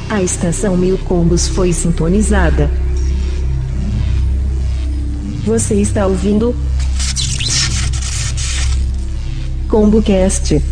A estação 1000 combos foi sintonizada. Você está ouvindo ComboCast.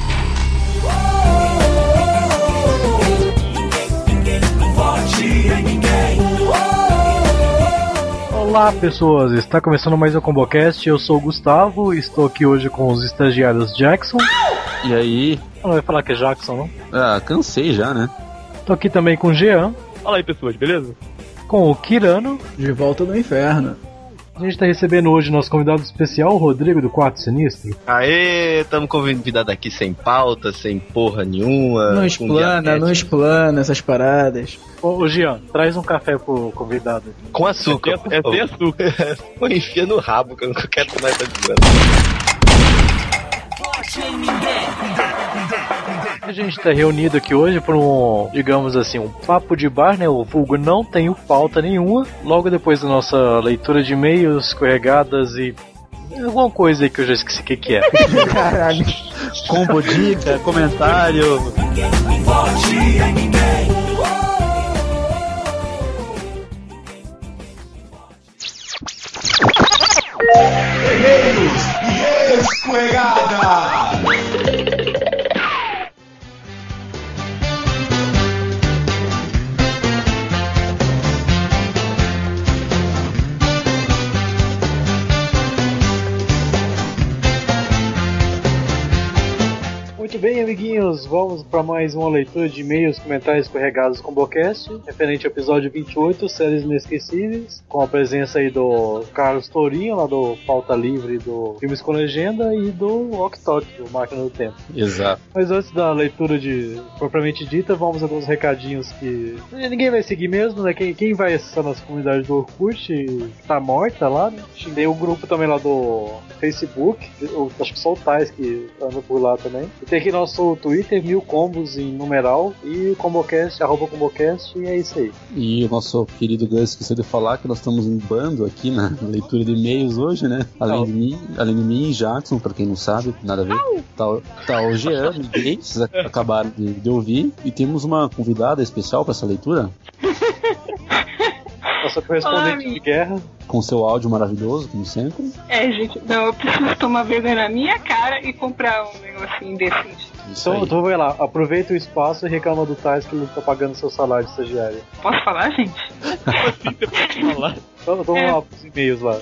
Olá pessoas, está começando mais um ComboCast, eu sou o Gustavo e estou aqui hoje com os estagiários Jackson. E aí? Não vai falar que é Jackson, não? Ah, cansei já, né? Tô aqui também com o Jean. Fala aí pessoas, beleza? Com o Kirano. De volta do inferno. A gente tá recebendo hoje nosso convidado especial, o Rodrigo do Quarto Sinistro. Aê, tamo convidado aqui sem pauta, sem porra nenhuma. Não explana essas paradas. Ô Jean, traz um café pro convidado. Com açúcar. É sem açúcar. Pô, enfia no rabo, que eu não quero tomar essa desgraça. A gente tá reunido aqui hoje por um, digamos assim, um papo de bar, né? O vulgo não tem pauta nenhuma. Logo depois da nossa leitura de e-mails, escorregadas e alguma coisa aí que eu já esqueci o que é. Caralho. Combo dica, comentário. E-mails e escorregada. Muito bem, amiguinhos, vamos para mais uma leitura de e-mails, comentários escorregados com o ComboCast, referente ao episódio 28, Séries Inesquecíveis, com a presença aí do Carlos Tourinho, lá do Pauta Livre, do Filmes com Legenda, e do Ok Tok, do Máquina do Tempo. Exato. Mas antes da leitura de propriamente dita, vamos a alguns recadinhos que ninguém vai seguir mesmo, né? Quem vai acessar nossa comunidade do Orkut tá morta lá, né? Tem o grupo também lá do Facebook, acho que só o Tais que anda por lá também. E tem aqui nosso Twitter, 1000 combos em numeral, e o ComboCast, @ComboCast, e é isso aí. E o nosso querido Gus esqueceu de falar que nós estamos em bando aqui na leitura de e-mails hoje, né? Além de mim e Jackson, pra quem não sabe, nada a ver. Tá o Jean, ninguém, vocês acabaram de ouvir. E temos uma convidada especial pra essa leitura. Nossa correspondente de guerra. Com seu áudio maravilhoso, como sempre. É, gente, não, eu preciso tomar vergonha na minha cara e comprar um negocinho decente. Então vai lá, aproveita o espaço e reclama do Tais que ele tá pagando seu salário de estagiário. Posso falar, gente? Assim você pode falar. Então vamos lá pros e-mails lá.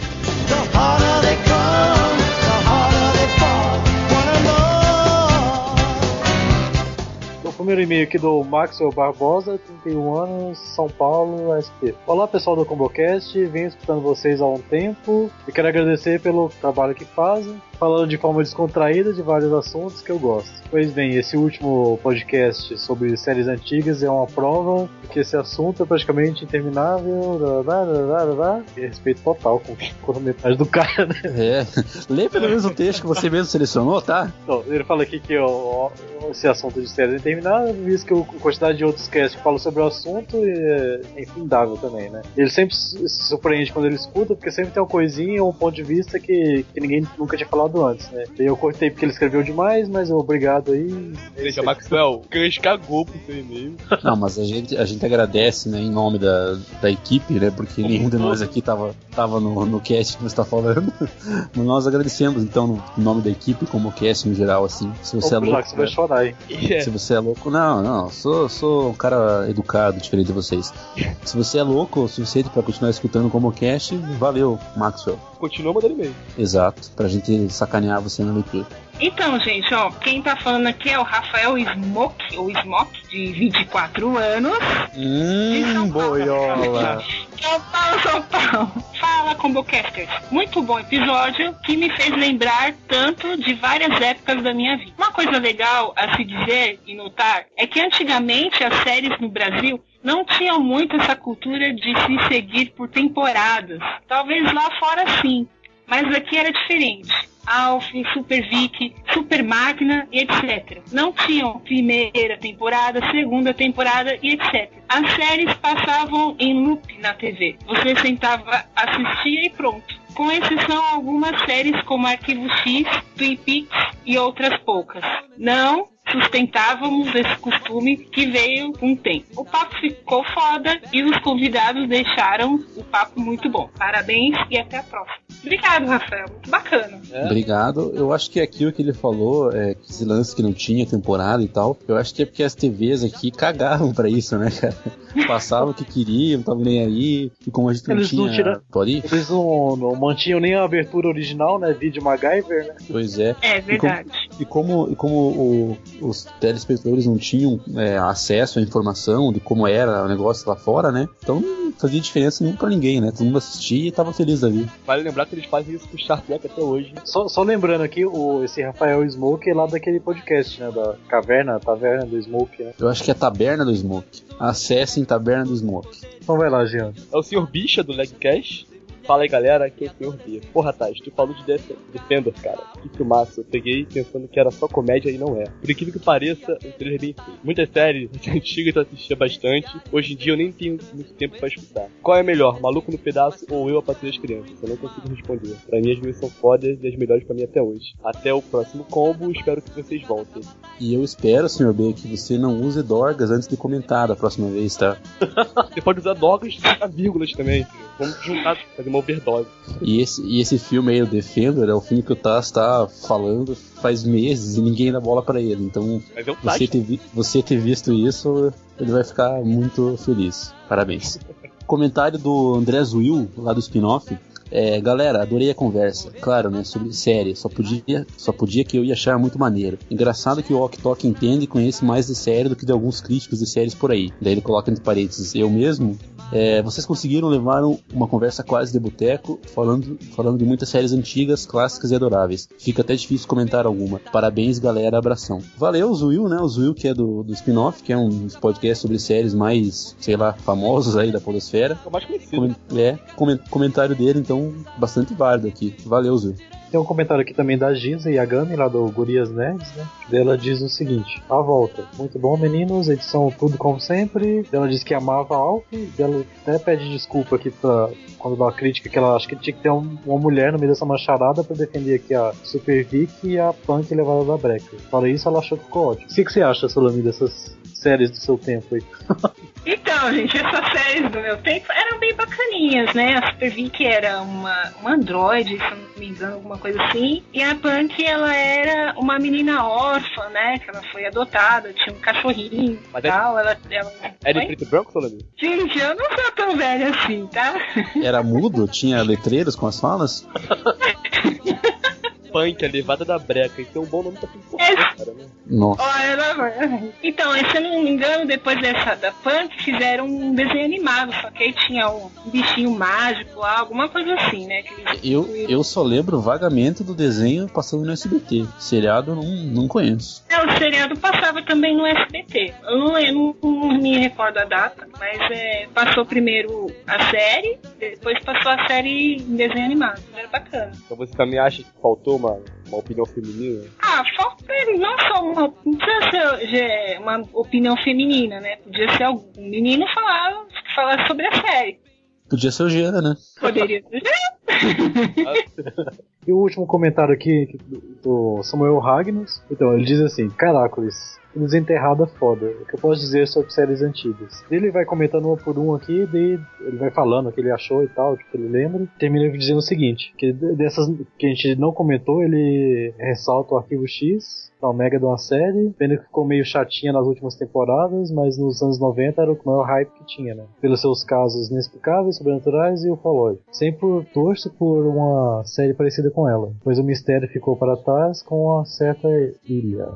O primeiro e-mail aqui do Maxwell Barbosa, 31 anos, São Paulo, SP. Olá pessoal do ComboCast, venho escutando vocês há um tempo e quero agradecer pelo trabalho que fazem, falando de forma descontraída de vários assuntos que eu gosto. Pois bem, esse último podcast sobre séries antigas é uma prova de que esse assunto é praticamente interminável, e respeito total com a metade do cara, né? É, lê pelo menos o texto que você mesmo selecionou, tá? Então, ele fala aqui que esse assunto de séries é interminável, visto que a quantidade de outros casts que falam sobre o assunto é infindável também, né? Ele sempre se surpreende quando ele escuta, porque sempre tem uma coisinha ou um ponto de vista que ninguém nunca tinha falado antes, né? E eu cortei porque ele escreveu demais, mas obrigado aí. Gente, Maxwell, o Cães cagou pro seu e-mail. Não, mas a gente agradece, né, em nome da equipe, né, porque nenhum de nós aqui tava no cast que você tá falando. Mas nós agradecemos, então, no nome da equipe, como o cast em geral, assim. Se você é louco, você vai chorar aí. Se você é louco, não, sou um cara educado, diferente de vocês. Se você é louco o suficiente pra continuar escutando como cast, valeu, Maxwell. Continua mandando e-mail. Exato, pra gente sacanear você na leitura. Então, gente, ó, quem tá falando aqui é o Rafael Smoke, ou Smoke, de 24 anos. De São Paulo. Boiola. São Paulo. Fala, ComboCasters. Muito bom episódio que me fez lembrar tanto de várias épocas da minha vida. Uma coisa legal a se dizer e notar é que antigamente as séries no Brasil não tinham muito essa cultura de se seguir por temporadas. Talvez lá fora sim, mas aqui era diferente. Alf, Super Vicky, Super Máquina e etc. Não tinham primeira temporada, segunda temporada e etc. As séries passavam em loop na TV. Você sentava, assistia e pronto. Com exceção a algumas séries como Arquivo X, Twin Peaks e outras poucas. Não sustentávamos esse costume que veio com o tempo. O papo ficou foda e os convidados deixaram o papo muito bom. Parabéns e até a próxima. Obrigado, Rafael. Muito bacana. Obrigado. Eu acho que aquilo que ele falou, que esse lance que não tinha temporada e tal, eu acho que é porque as TVs aqui cagavam pra isso, né, cara? Passavam o que queriam, não estavam nem aí. E como a gente não tinha... Eles não mantinham nem a abertura original, né? Vídeo MacGyver, né? Pois é. É verdade. E como os telespectadores não tinham acesso à informação de como era o negócio lá fora, né? Então não fazia diferença nenhuma pra ninguém, né? Todo mundo assistia e tava feliz da vida. Vale lembrar que eles fazem isso com Star Trek até hoje. Só lembrando aqui, esse Rafael Smoke é lá daquele podcast, né? Da Taverna do Smoke, né? Eu acho que é Taberna do Smoke. Acessem Taberna do Smoke. Então vai lá, Jean. É o Sr. Bicha do Legcast. Fala aí, galera, aqui é o Sr. B. Porra, Tati, tu falou de Defender, cara. Que filmaço. Eu peguei pensando que era só comédia e não é. Por incrível que pareça, um trailer bem feito. Muitas séries antigas eu assistia bastante. Hoje em dia eu nem tenho muito tempo pra escutar. Qual é melhor, Maluco no Pedaço ou Eu, a Patrulha das Crianças? Eu não consigo responder. Pra mim as duas são fodas e as melhores pra mim até hoje. Até o próximo combo, espero que vocês voltem. E eu espero, Sr. B, que você não use dorgas antes de comentar da próxima vez, tá? Você pode usar dorgas e vírgulas também. Vamos juntar, fazer uma overdose. E esse filme aí, o Defender, é o filme que o Taz tá falando faz meses e ninguém dá bola pra ele. Então, mas é você ter visto isso, ele vai ficar muito feliz. Parabéns. Comentário do André Zuil, lá do spin-off. Galera, adorei a conversa. Claro, né, sobre série. Só podia que eu ia achar muito maneiro. Engraçado que o Ok Tok entende e conhece mais de série do que de alguns críticos de séries por aí. Daí ele coloca entre parênteses, eu mesmo. Vocês conseguiram levar uma conversa quase de boteco, falando de muitas séries antigas, clássicas e adoráveis. Fica até difícil comentar alguma. Parabéns, galera, abração. Valeu, o Zuil, né? O Zuil que é do spin-off, que é um dos podcasts sobre séries mais, sei lá, famosos aí da podosfera. É o mais conhecido. Comentário dele, então, bastante válido aqui. Valeu, Zuil. Tem um comentário aqui também da Giza Yagami, lá do Gurias Nerds, né? Ela diz o seguinte: a volta. Muito bom, meninos. Edição tudo como sempre. Ela diz que amava a Alf. Ela até pede desculpa aqui quando dá uma crítica, que ela acha que tinha que ter uma mulher no meio dessa macharada pra defender aqui a Super Vic e a Punk levada da Breca. Fora isso, ela achou que ficou ótimo. O que você acha, Solami, dessas séries do seu tempo aí? Então, gente, essas séries do meu tempo eram bem bacaninhas, né? A Super Vic era uma androide, se eu não me engano, alguma coisa assim. E a Punk, ela era uma menina órfã, né? Que ela foi adotada, tinha um cachorrinho e tal. Ela é de preto e branco, Solami? Gente, eu não sou tão velha assim, tá? Era mudo? Tinha letreiros com as falas? Punk, a levada da breca. Isso é um bom nome pra pintar, cara, né? Nossa. Então, se eu não me engano, depois dessa da Punk, fizeram um desenho animado, só que aí tinha um bichinho mágico lá, alguma coisa assim, né? Eu só lembro vagamente do desenho passando no SBT. Seriado eu não conheço. O seriado passava também no SBT. Eu não me recordo a data, mas passou primeiro a série, depois passou a série em desenho animado. Era bacana. Então você também acha que faltou uma opinião feminina? Falta não só não precisa ser uma opinião feminina, né? Podia ser algum menino falar sobre a série. Podia ser o Jean, né? Poderia ser o Jean. E o último comentário aqui do Samuel Ragnos. Então, ele diz assim: Caracoles, desenterrada foda. O que eu posso dizer sobre séries antigas? Ele vai comentando uma por uma aqui, daí ele vai falando o que ele achou e tal, o que ele lembra. Termina dizendo o seguinte: que dessas que a gente não comentou, ele ressalta o Arquivo X, que é uma mega de uma série. Pena que ficou meio chatinha nas últimas temporadas, mas nos anos 90 era o maior hype que tinha, né? Pelos seus casos inexplicáveis, sobrenaturais e ufológicos. Sempre torço por uma série parecida com ela, pois o mistério ficou para trás com uma certa ilha.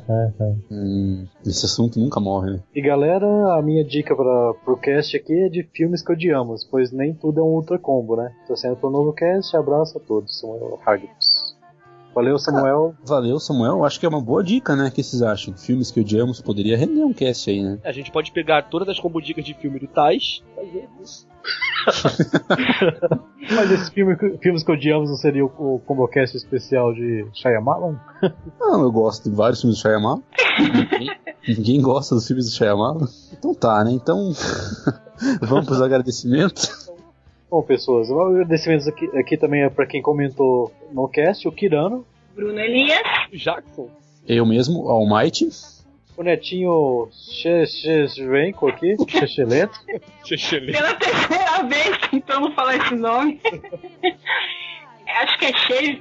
Esse assunto nunca morre, né? E galera, a minha dica pro cast aqui é de filmes que odiamos, pois nem tudo é um ultra combo, né? Tô saindo pro novo cast, abraço a todos. Samuel Ragnos. Valeu, Samuel. Valeu, Samuel. Acho que é uma boa dica, né? O que vocês acham? Filmes que odiamos, poderia render um cast aí, né? A gente pode pegar todas as combo dicas de filme do Tais e fazer isso. Mas esses filmes que odiamos não seria o combocast especial de Shyamalan? Não, eu gosto de vários filmes do Shyamalan. Ninguém gosta dos filmes do Shyamalan. Então tá, né? Então vamos pros agradecimentos. Bom, pessoas, agradecimentos aqui também é pra quem comentou no cast, o Kirano, Bruno Elias, o Jackson Eu mesmo, Almighty. O netinho Chechrenko aqui, Chechelento. Pela terceira vez tentando falar esse nome. Acho que é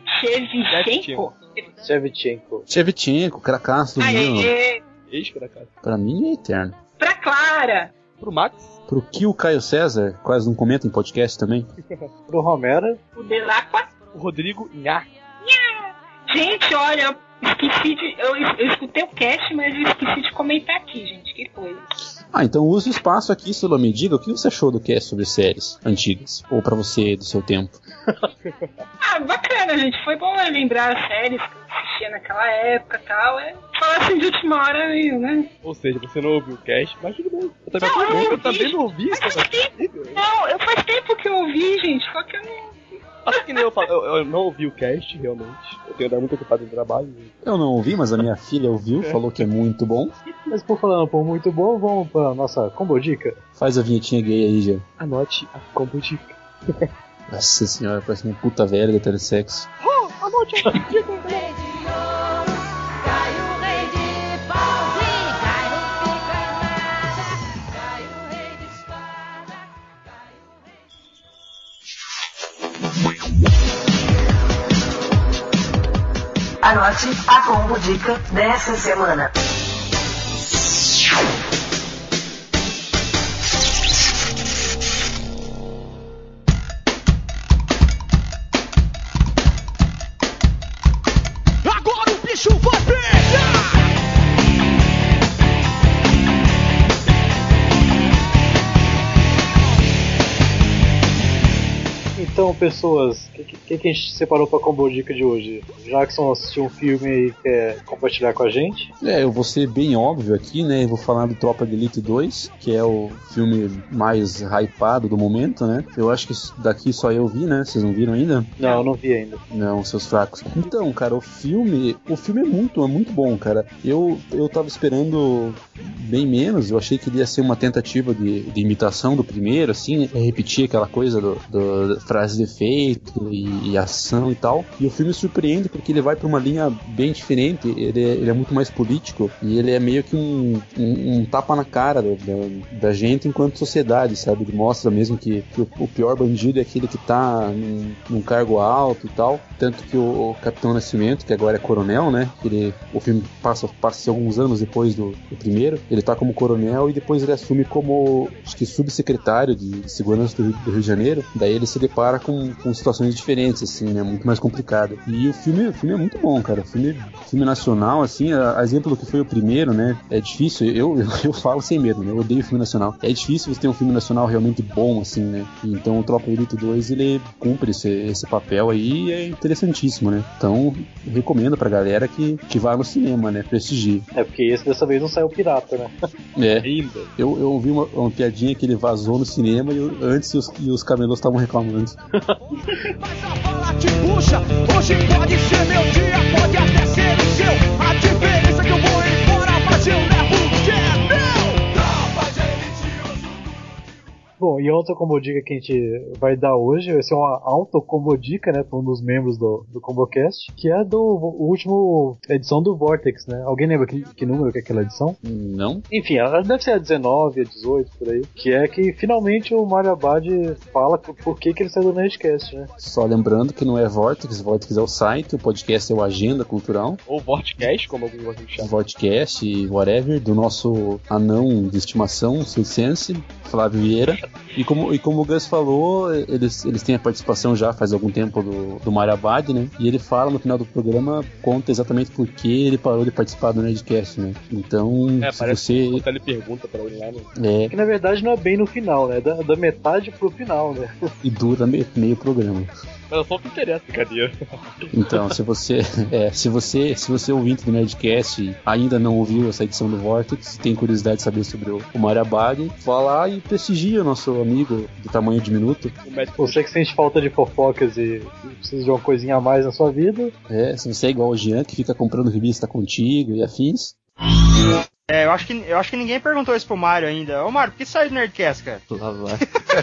Shevchenko. Shevchenko, cracaço do Milan. Ex-cracaço. Pra mim é eterno. Pra Clara. Pro Max. Pro Kio Caio César, quase não comenta em podcast também. Pro Romero. O Delacqua. O Rodrigo Nha. Gente, olha, eu escutei o cast, mas eu esqueci de comentar aqui, gente. Que coisa. Então use o espaço aqui, Solomé. Diga o que você achou do cast sobre séries antigas. Ou pra você, do seu tempo. Bacana, gente. Foi bom lembrar as séries que eu assistia naquela época e tal. Falar assim de última hora meio, né? Ou seja, você não ouviu o cast, mas tudo bem. Eu também não ouvi. Faz tempo que eu ouvi, gente. Só que eu não... Acho que nem eu falo, eu não ouvi o cast, realmente. Eu tenho andado muito ocupado no trabalho. Eu não ouvi, mas a minha filha ouviu, falou que é muito bom. Mas por falando por muito bom, vamos pra nossa combo dica. Faz a vinhetinha gay aí, já. Anote a combo dica. Nossa senhora, parece uma puta velha da telesexo. Anote a dica. Anote a combo dica dessa semana. Agora o bicho vai pegar! Então, pessoas, o que a gente separou pra combo dica de hoje? Jackson assistiu um filme e quer compartilhar com a gente? Eu vou ser bem óbvio aqui, né? Eu vou falar do Tropa de Elite 2, que é o filme mais hypado do momento, né? Eu acho que daqui só eu vi, né? Vocês não viram ainda? Não, eu não vi ainda. Não, seus fracos. Então, cara, o filme é muito bom, cara. Eu tava esperando bem menos, eu achei que ele ia ser uma tentativa de imitação do primeiro, assim, né? Repetir aquela coisa do frase de efeito e ação e tal. E o filme surpreende porque ele vai pra uma linha bem diferente, ele é muito mais político e ele é meio que um tapa na cara da gente enquanto sociedade, sabe? Ele mostra mesmo que o pior bandido é aquele que tá num cargo alto e tal. Tanto que o Capitão Nascimento, que agora é coronel, né? O filme passa alguns anos depois do primeiro. Ele tá como coronel e depois ele assume como, acho que, subsecretário de segurança do Rio de Janeiro. Daí ele se depara com situações diferentes, assim, né? Muito mais complicado. E o filme é muito bom, cara. Filme nacional, assim, a exemplo do que foi o primeiro, né? É difícil, eu falo sem medo, né? Eu odeio filme nacional. É difícil você ter um filme nacional realmente bom, assim, né? Então o Tropa de Elite 2, ele cumpre esse papel aí e é interessantíssimo, né? Então, recomendo pra galera que vá no cinema, né? Prestigie. Porque esse dessa vez não saiu pirata, né? Ainda. Eu ouvi uma piadinha que ele vazou no cinema antes os camelôs estavam reclamando. Mas a bala te puxa, hoje pode ser meu dia, pode até ser o seu. A diferença é que eu vou embora, mas eu levo o que é meu. Tropa de Elite. Bom, e a outra combo dica que a gente vai dar hoje vai ser uma auto-combo dica, né, para um dos membros do ComboCast, que é do último edição do Vortex, né? Alguém lembra que número que é aquela edição? Não. Enfim, ela deve ser a 19, a 18, por aí. Que é que finalmente o Mario Abad fala por que ele saiu do Nerdcast, né? Só lembrando que não é Vortex é o site, o podcast é o Agenda Cultural. Ou Vortcast, como alguns gostam de chamar. Vortcast e whatever, do nosso anão de estimação, circense, Flávio Vieira. E como o Gus falou, eles têm a participação já faz algum tempo do Mario Abad, né? E ele fala no final do programa, conta exatamente por que ele parou de participar do Nerdcast, né? Então, se você... Quando ele pergunta pra ele lá, né? Que na verdade não é bem no final, né? Da metade pro final, né? E dura meio programa. Mas só o que interessa, cadê? Então, se você ouvinte do Nerdcast ainda não ouviu essa edição do Vortex, tem curiosidade de saber sobre o Mario Abad, vá lá e prestigia o nosso amigo de tamanho diminuto. Você que sente falta de fofocas e precisa de uma coisinha a mais na sua vida. Se você é igual o Jean, que fica comprando revista contigo e afins. Eu acho que ninguém perguntou isso pro Mário ainda. Ô Mário, por que saiu do Nerdcast, cara? Lá vai.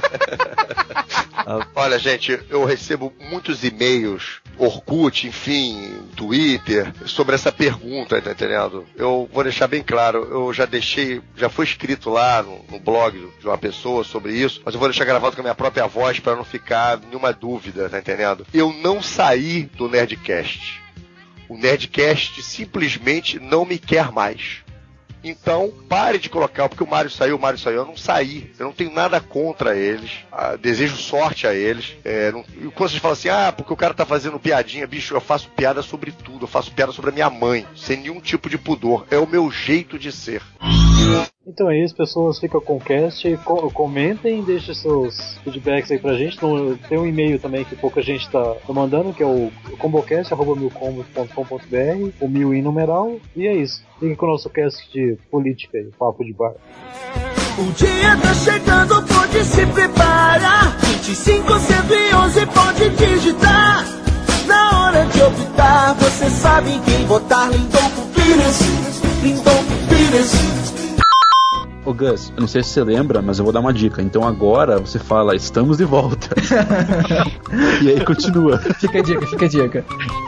Olha, gente, eu recebo muitos e-mails, Orkut, enfim, Twitter, sobre essa pergunta, tá entendendo? Eu vou deixar bem claro, eu já foi escrito lá no blog de uma pessoa sobre isso, mas eu vou deixar gravado com a minha própria voz para não ficar nenhuma dúvida, tá entendendo? Eu não saí do Nerdcast. O Nerdcast simplesmente não me quer mais. Então, pare de colocar, porque o Mário saiu, eu não saí. Eu não tenho nada contra eles. Desejo sorte a eles. E quando vocês falam assim, porque o cara tá fazendo piadinha, bicho, eu faço piada sobre tudo. Eu faço piada sobre a minha mãe, sem nenhum tipo de pudor. É o meu jeito de ser. Então é isso, pessoas, fica com o cast, comentem, deixem seus feedbacks aí pra gente. Tem um e-mail também que pouca gente tá mandando, que é o combocast@milcombos.com.br, o 1000 em numeral, e é isso. Fiquem com o nosso cast de política aí, papo de bar. O dia tá chegando, pode se preparar. 2511 pode digitar. Na hora de optar, você sabe em quem votar. Lindolfo Pires, Lindolfo Pires. Ô Gus, eu não sei se você lembra, mas eu vou dar uma dica. Então agora você fala, estamos de volta. E aí continua. Fica a dica.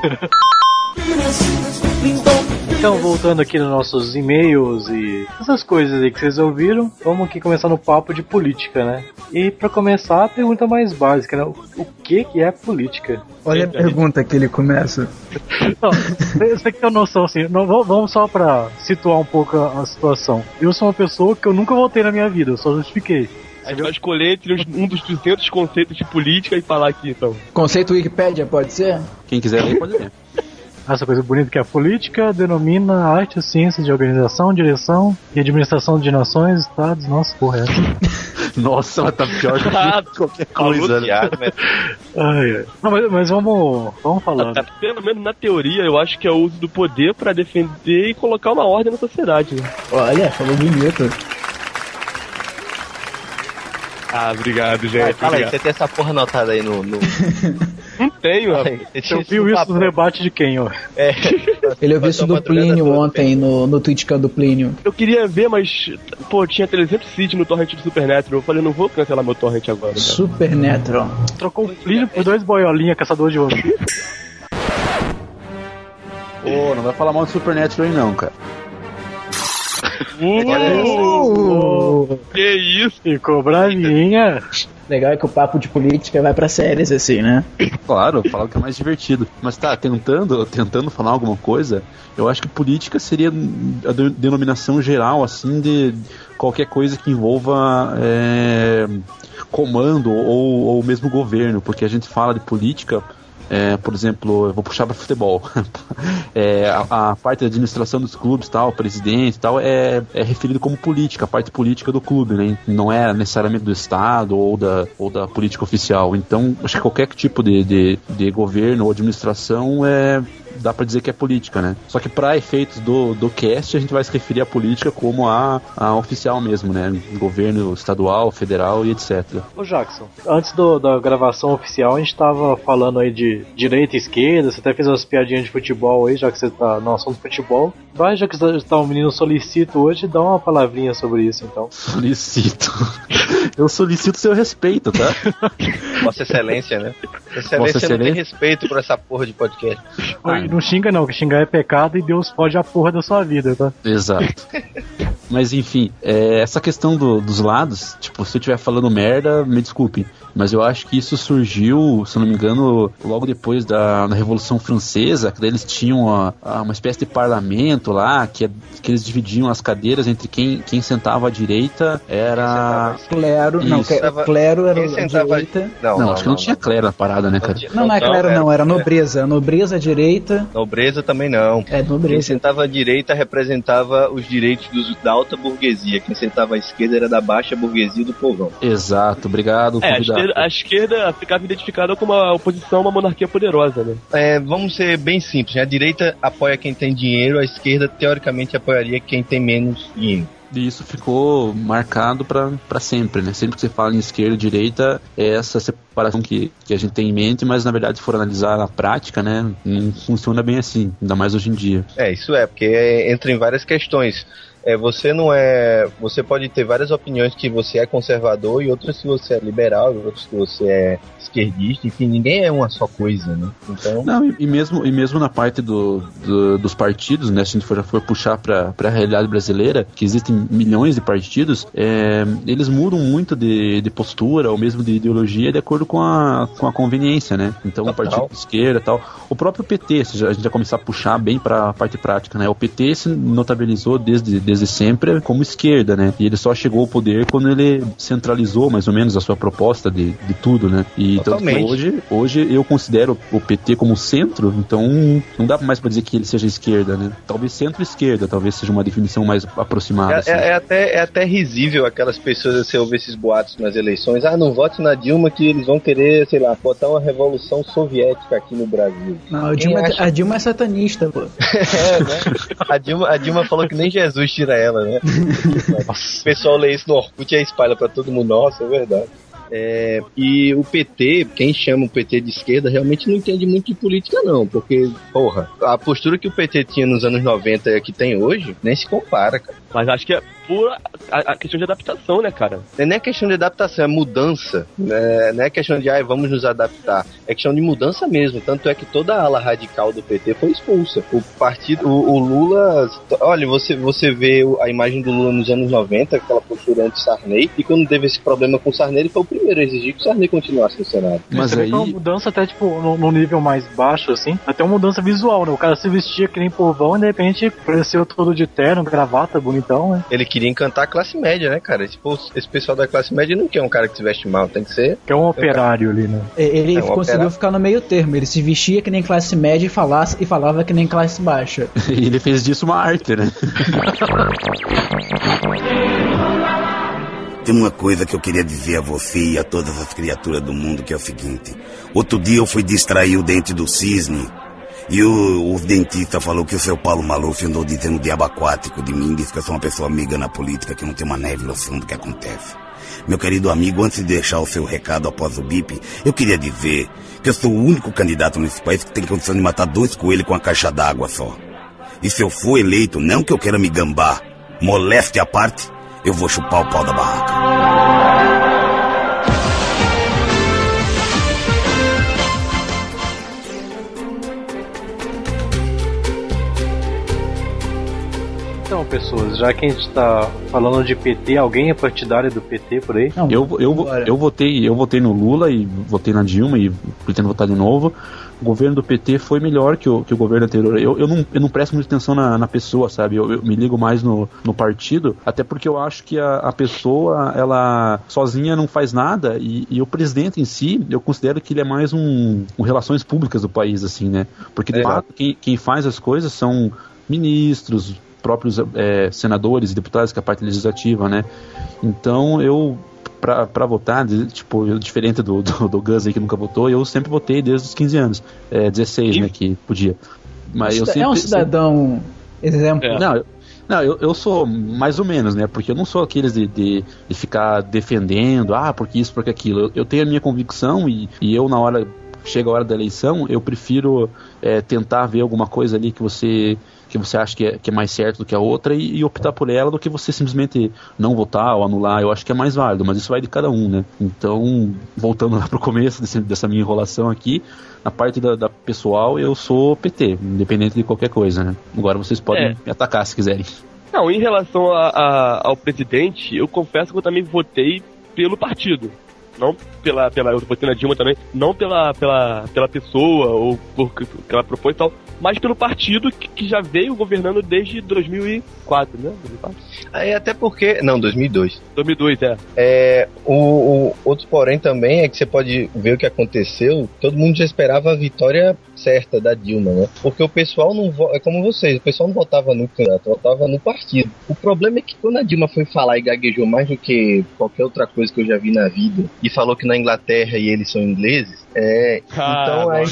Então, voltando aqui nos nossos e-mails e essas coisas aí que vocês ouviram, vamos aqui começar no papo de política, né? E pra começar, a pergunta mais básica, né? O que é política? Olha a pergunta que ele começa. Não, você que tem noção, assim, vamos só pra situar um pouco a situação. Eu sou uma pessoa que eu nunca votei na minha vida, eu só justifiquei. A gente vai escolher entre um dos 200 conceitos de política e falar aqui, então. Conceito Wikipédia, pode ser? Quem quiser ler, pode ler. Essa coisa bonita que é a política denomina a arte e ciência de organização, direção e administração de nações, estados. Nossa, porra, essa. Nossa, mas tá pior que qualquer coisa, né? Não, mas vamos falando. Pelo menos na teoria, eu acho que é o uso do poder pra defender e colocar uma ordem na sociedade. Né? Olha, falou bonito. Obrigado, gente. Fala aí, você tem essa porra anotada aí no... Não tenho, rapaz. Você ouviu isso no debate de quem, ó? Ele ouviu isso do Plínio ontem, no tweet do Plínio. Eu queria ver, mas, pô, tinha 300 seeds no torrent do Supernatural. Eu falei, não vou cancelar meu torrent agora. Cara. Supernatural. Trocou o Plínio por 2 boiolinha caçador de vampiro. Não vai falar mal do Supernatural aí não, cara. Que isso? Ficou bravinha. Legal é que o papo de política vai pra séries assim, né? Claro, falar o que é mais divertido. Mas tá, tentando falar alguma coisa, eu acho que política seria a denominação geral, assim, de qualquer coisa que envolva comando ou mesmo governo, porque a gente fala de política... por exemplo, eu vou puxar para futebol. A parte da administração dos clubes, tal, o presidente, tal, é referido como política, a parte política do clube, né? Não é necessariamente do Estado ou da política oficial. Então, acho que qualquer tipo de governo ou administração dá pra dizer que é política, né? Só que para efeitos do cast, a gente vai se referir à política como a oficial mesmo, né? Governo estadual, federal e etc. Ô Jackson, antes da gravação oficial, a gente tava falando aí de direita e esquerda, você até fez umas piadinhas de futebol aí, já que você tá no assunto futebol. Vai, já que você tá um menino solicito hoje, dá uma palavrinha sobre isso, então. Solicito. Eu solicito seu respeito, tá? Vossa Excelência, né? Vossa Excelência não tem respeito por essa porra de podcast. Não xinga não, que xingar é pecado e Deus pode a porra da sua vida, tá? Exato. Mas enfim, essa questão dos lados, tipo, se eu estiver falando merda, me desculpe, mas eu acho que isso surgiu, se eu não me engano, logo depois da Revolução Francesa, que daí eles tinham uma espécie de parlamento lá, que eles dividiam as cadeiras entre quem sentava à direita era... Clero, não, clero era a direita. Não, acho que não tinha clero na parada, né, cara? Não é clero não, era nobreza. Nobreza à direita. Nobreza também não. É, nobreza. Quem sentava à direita representava os direitos da alta burguesia. Quem sentava à esquerda era da baixa burguesia do povão. Exato, obrigado. A esquerda ficava identificada como uma oposição a uma monarquia poderosa, né? Vamos ser bem simples, né? A direita apoia quem tem dinheiro, a esquerda teoricamente apoiaria quem tem menos dinheiro. E isso ficou marcado pra sempre, né? Sempre que você fala em esquerda e direita, é essa separação que a gente tem em mente, mas na verdade, se for analisar na prática, né, não funciona bem assim, ainda mais hoje em dia. Isso porque entra em várias questões. você não é... Você pode ter várias opiniões que você é conservador e outras que você é liberal, e outras que você é esquerdista, enfim, ninguém é uma só coisa, né? Então... Não, e mesmo na parte dos partidos, né, se a gente já for puxar para a realidade brasileira, que existem milhões de partidos, eles mudam muito de postura ou mesmo de ideologia de acordo com a conveniência, né? Então, o partido de esquerda e tal. O próprio PT, a gente já começar a puxar bem para a parte prática, né? O PT se notabilizou desde sempre como esquerda, né? E ele só chegou ao poder quando ele centralizou mais ou menos a sua proposta de tudo, né? E tanto que hoje eu considero o PT como centro, então não dá mais para dizer que ele seja esquerda, né? Talvez centro-esquerda, talvez seja uma definição mais aproximada. Assim. É até risível aquelas pessoas, você ouve esses boatos nas eleições, não vote na Dilma que eles vão querer, sei lá, botar uma revolução soviética aqui no Brasil. Não, a Dilma é satanista, pô. Né? A Dilma falou que nem Jesus tira ela, né? O pessoal lê isso no Orkut e espalha pra todo mundo. Nossa, é verdade. E o PT, quem chama o PT de esquerda, realmente não entende muito de política, não. Porque, porra, a postura que o PT tinha nos anos 90 e a que tem hoje, nem se compara, cara. Mas acho que é pura a questão de adaptação, né, cara? Não é questão de adaptação, é mudança. Não é questão de, vamos nos adaptar. É questão de mudança mesmo. Tanto é que toda a ala radical do PT foi expulsa. O partido, o Lula... Olha, você vê a imagem do Lula nos anos 90, aquela postura anti-Sarney, e quando teve esse problema com o Sarney, ele foi o primeiro a exigir que o Sarney continuasse no Senado. Mas aí... Foi uma mudança até, tipo, no nível mais baixo, assim, até uma mudança visual, né? O cara se vestia que nem povão e, de repente, apareceu todo de terno, gravata, bonitão, né? Ele queria encantar a classe média, né, cara? Esse pessoal da classe média não quer um cara que se veste mal, tem que ser... Que é um operário ali, né? Ele conseguiu ficar no meio termo, ele se vestia que nem classe média e falava que nem classe baixa. E ele fez disso uma arte, né? Tem uma coisa que eu queria dizer a você e a todas as criaturas do mundo, que é o seguinte. Outro dia eu fui distrair o dente do cisne e o dentista falou que o seu Paulo Maluf andou dizendo diabo aquático de mim, disse que eu sou uma pessoa amiga na política, que não tem uma neve noção do que acontece. Meu querido amigo, antes de deixar o seu recado após o bip, eu queria dizer que eu sou o único candidato nesse país que tem condição de matar 2 coelhos com uma caixa d'água só. E se eu for eleito, não que eu queira me gambar, moleste à parte, eu vou chupar o pau da barraca. Então, pessoas, já que a gente tá falando de PT, alguém é partidário do PT por aí? Não, eu votei no Lula e votei na Dilma e pretendo votar de novo. O governo do PT foi melhor que o governo anterior. Eu não presto muita atenção na pessoa, sabe? Eu me ligo mais no partido, até porque eu acho que a pessoa, ela sozinha não faz nada, e o presidente em si, eu considero que ele é mais um relações públicas do país, assim, né? Porque de fato, quem faz as coisas são ministros, próprios senadores e deputados, que é a parte legislativa, né? Então eu, pra votar, tipo, diferente do Gus aí que nunca votou, eu sempre votei desde os 15 anos, 16, né, que podia. Mas eu sempre, é um cidadão exemplo. Não, eu sou mais ou menos, né? Porque eu não sou aqueles de ficar defendendo, porque isso, porque aquilo. Eu tenho a minha convicção e eu, na hora, chega a hora da eleição, eu prefiro tentar ver alguma coisa ali que você acha que é mais certo do que a outra e optar por ela, do que você simplesmente não votar ou anular. Eu acho que é mais válido, mas isso vai de cada um, né? Então, voltando lá pro começo dessa minha enrolação aqui, na parte da pessoal, eu sou PT, independente de qualquer coisa, né? Agora vocês podem me atacar se quiserem. Não, em relação ao presidente, eu confesso que eu também votei pelo partido. Não eu votei na Dilma também, não pela pessoa ou por que ela propôs e tal, mas pelo partido que já veio governando desde 2004, né? 2004? Até porque... Não, 2002. 2002, o outro porém também é que você pode ver o que aconteceu. Todo mundo já esperava a vitória certa da Dilma, né? Porque o pessoal não... É como vocês, o pessoal não votava no candidato, votava no partido. O problema é que quando a Dilma foi falar e gaguejou mais do que qualquer outra coisa que eu já vi na vida, e falou que na Inglaterra e eles são ingleses, então aí...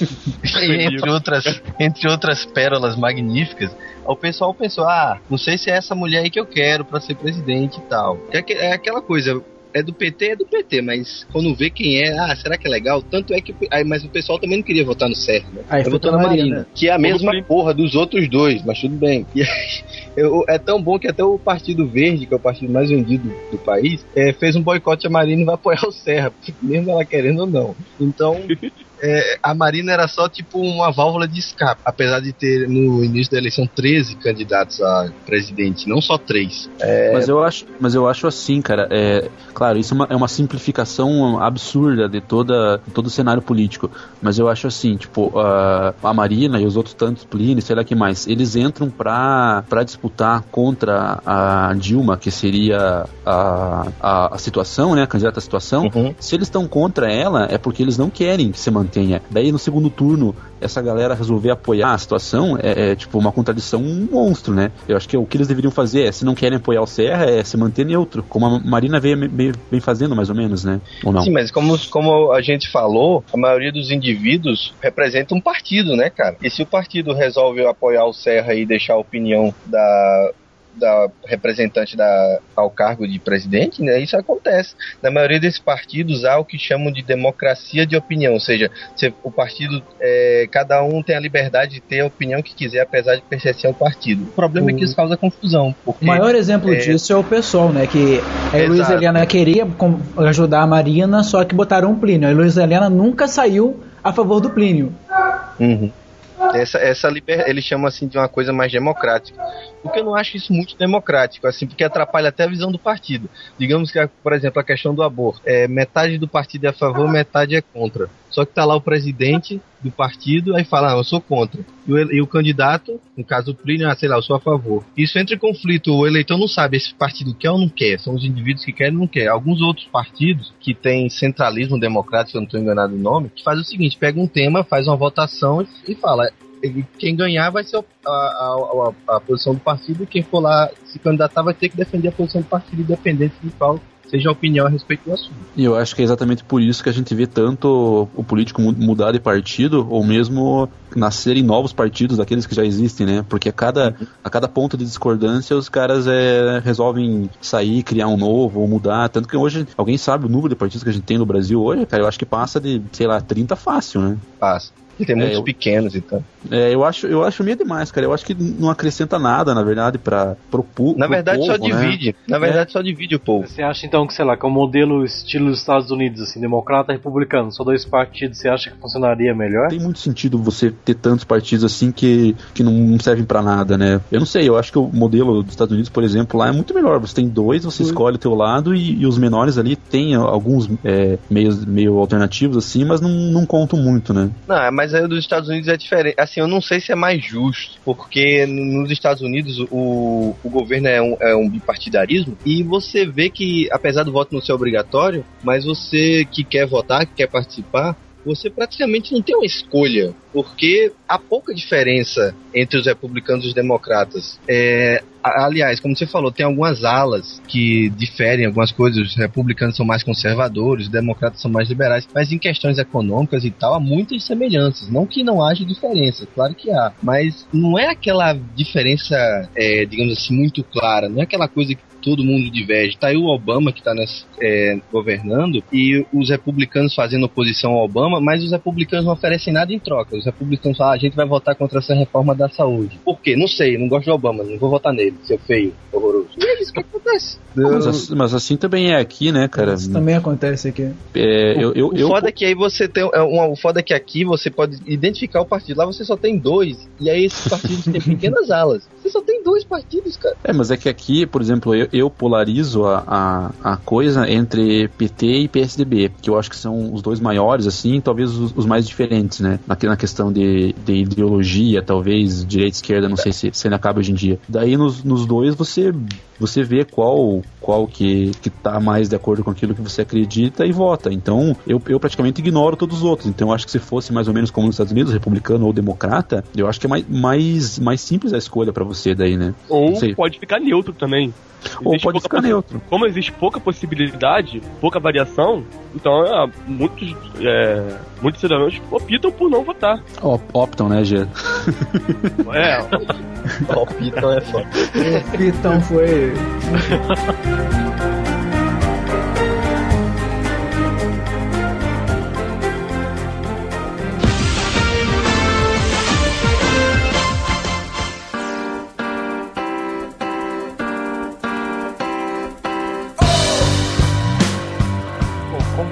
entre outras pérolas magníficas, o pessoal pensou, não sei se é essa mulher aí que eu quero pra ser presidente e tal. É aquela coisa, é do PT, mas quando vê quem será que é legal? Tanto é que... mas o pessoal também não queria votar no Sérgio, né? Votou na Marina, que é a mesma porra dos outros dois, mas tudo bem. É tão bom que até o Partido Verde, que é o partido mais vendido do país, fez um boicote à Marina e vai apoiar o Serra, mesmo ela querendo ou não. Então, a Marina era só tipo uma válvula de escape, apesar de ter no início da eleição 13 candidatos a presidente, não só 3. Mas eu acho assim, cara, claro, isso é uma simplificação absurda de todo o cenário político, mas eu acho assim, tipo, a Marina e os outros tantos, Plínio, sei lá que mais, eles entram pra disputar contra a Dilma, que seria a situação, né, a candidata à situação. Se eles estão contra ela, é porque eles não querem que se mantenha. Daí no segundo turno, essa galera resolver apoiar a situação tipo uma contradição, um monstro, né? Eu acho que o que eles deveriam fazer se não querem apoiar o Serra, se manter neutro, como a Marina vem fazendo mais ou menos, né? Ou não? Sim, mas como a gente falou, a maioria dos indivíduos representa um partido, né, cara? E se o partido resolve apoiar o Serra e deixar a opinião da representante ao cargo de presidente, né, isso acontece. Na maioria desses partidos há o que chamam de democracia de opinião, ou seja, o partido, cada um tem a liberdade de ter a opinião que quiser, apesar de pertencer ao partido. O problema é que isso causa confusão. Porque, o maior exemplo disso é o PSOL, né, que a Heloísa Helena queria ajudar a Marina, só que botaram um Plínio. A Heloísa Helena nunca saiu a favor do Plínio. Eles chamam assim de uma coisa mais democrática, porque eu não acho isso muito democrático, assim, porque atrapalha até a visão do partido. Digamos que, por exemplo, a questão do aborto, metade do partido é a favor, metade é contra. Só que tá lá o presidente do partido, aí fala, eu sou contra. E o candidato, no caso do Plínio, sei lá, eu sou a favor. Isso entra em conflito, o eleitor não sabe esse partido quer ou não quer, são os indivíduos que querem ou não querem. Alguns outros partidos, que têm centralismo democrático, se eu não estou enganado no nome, que faz o seguinte, pega um tema, faz uma votação e fala, quem ganhar vai ser a posição do partido, e quem for lá se candidatar vai ter que defender a posição do partido, independente de qual seja a opinião a respeito do assunto. E eu acho que é exatamente por isso que a gente vê tanto o político mudar de partido, ou mesmo nascerem novos partidos daqueles que já existem, né? Porque a cada ponto de discordância os caras resolvem sair, criar um novo, ou mudar. Tanto que hoje, alguém sabe o número de partidos que a gente tem no Brasil hoje? Cara, eu acho que passa de, 30 fácil, né? Passa. E tem muitos pequenos e tal. Eu acho meio demais, cara. Eu acho que não acrescenta nada, na verdade, pro povo. Na verdade, povo, só divide. Né? Na verdade, só divide o povo. Você acha, então, que, sei lá, que é um modelo estilo dos Estados Unidos, assim, democrata e republicano, só 2 partidos, você acha que funcionaria melhor? Tem muito sentido você ter tantos partidos assim que não servem pra nada, né? Eu não sei, eu acho que o modelo dos Estados Unidos, por exemplo, lá é muito melhor. Você tem 2, você escolhe o teu lado e os menores ali tem alguns meio alternativos, assim, mas não contam muito, né? Não, mas aí o dos Estados Unidos é diferente. Assim, eu não sei se é mais justo, porque nos Estados Unidos o governo é um bipartidarismo, e você vê que, apesar do voto não ser obrigatório, mas você que quer votar, que quer participar, você praticamente não tem uma escolha, porque há pouca diferença entre os republicanos e os democratas. Aliás, como você falou, tem algumas alas que diferem algumas coisas. Os republicanos são mais conservadores, os democratas são mais liberais, mas em questões econômicas e tal, há muitas semelhanças. Não que não haja diferença, claro que há, mas não é aquela diferença, digamos assim, muito clara, não é aquela coisa que todo mundo diverge. Tá aí o Obama que está governando, e os republicanos fazendo oposição ao Obama, mas os republicanos não oferecem nada em troca. Os republicanos falam, a gente vai votar contra essa reforma da saúde. Por quê? Não sei, não gosto do Obama, não vou votar nele, seu feio, horroroso. E é isso que acontece. Mas assim também é aqui, né, cara? Isso também acontece aqui. O foda é que aí você tem o foda é que aqui você pode identificar o partido. Lá você só tem 2, e aí esses partidos têm pequenas alas. Você só tem 2 partidos, cara. Mas é que aqui, por exemplo, eu polarizo a coisa entre PT e PSDB, que eu acho que são os 2 maiores, assim, talvez os mais diferentes, né? Na questão de ideologia, talvez, direita e esquerda, não sei se ainda acaba hoje em dia. Daí nos 2 você vê qual que tá mais de acordo com aquilo que você acredita e vota. Então, eu praticamente ignoro todos os outros. Então, eu acho que se fosse mais ou menos como nos Estados Unidos, republicano ou democrata, eu acho que é mais simples a escolha pra você daí, né? Ou pode ficar neutro também. Ou pode ficar neutro. Como existe pouca possibilidade, pouca variação, então muitos cidadãos optam por não votar. Optam, né, Gê? Optam é foda. Optam foi...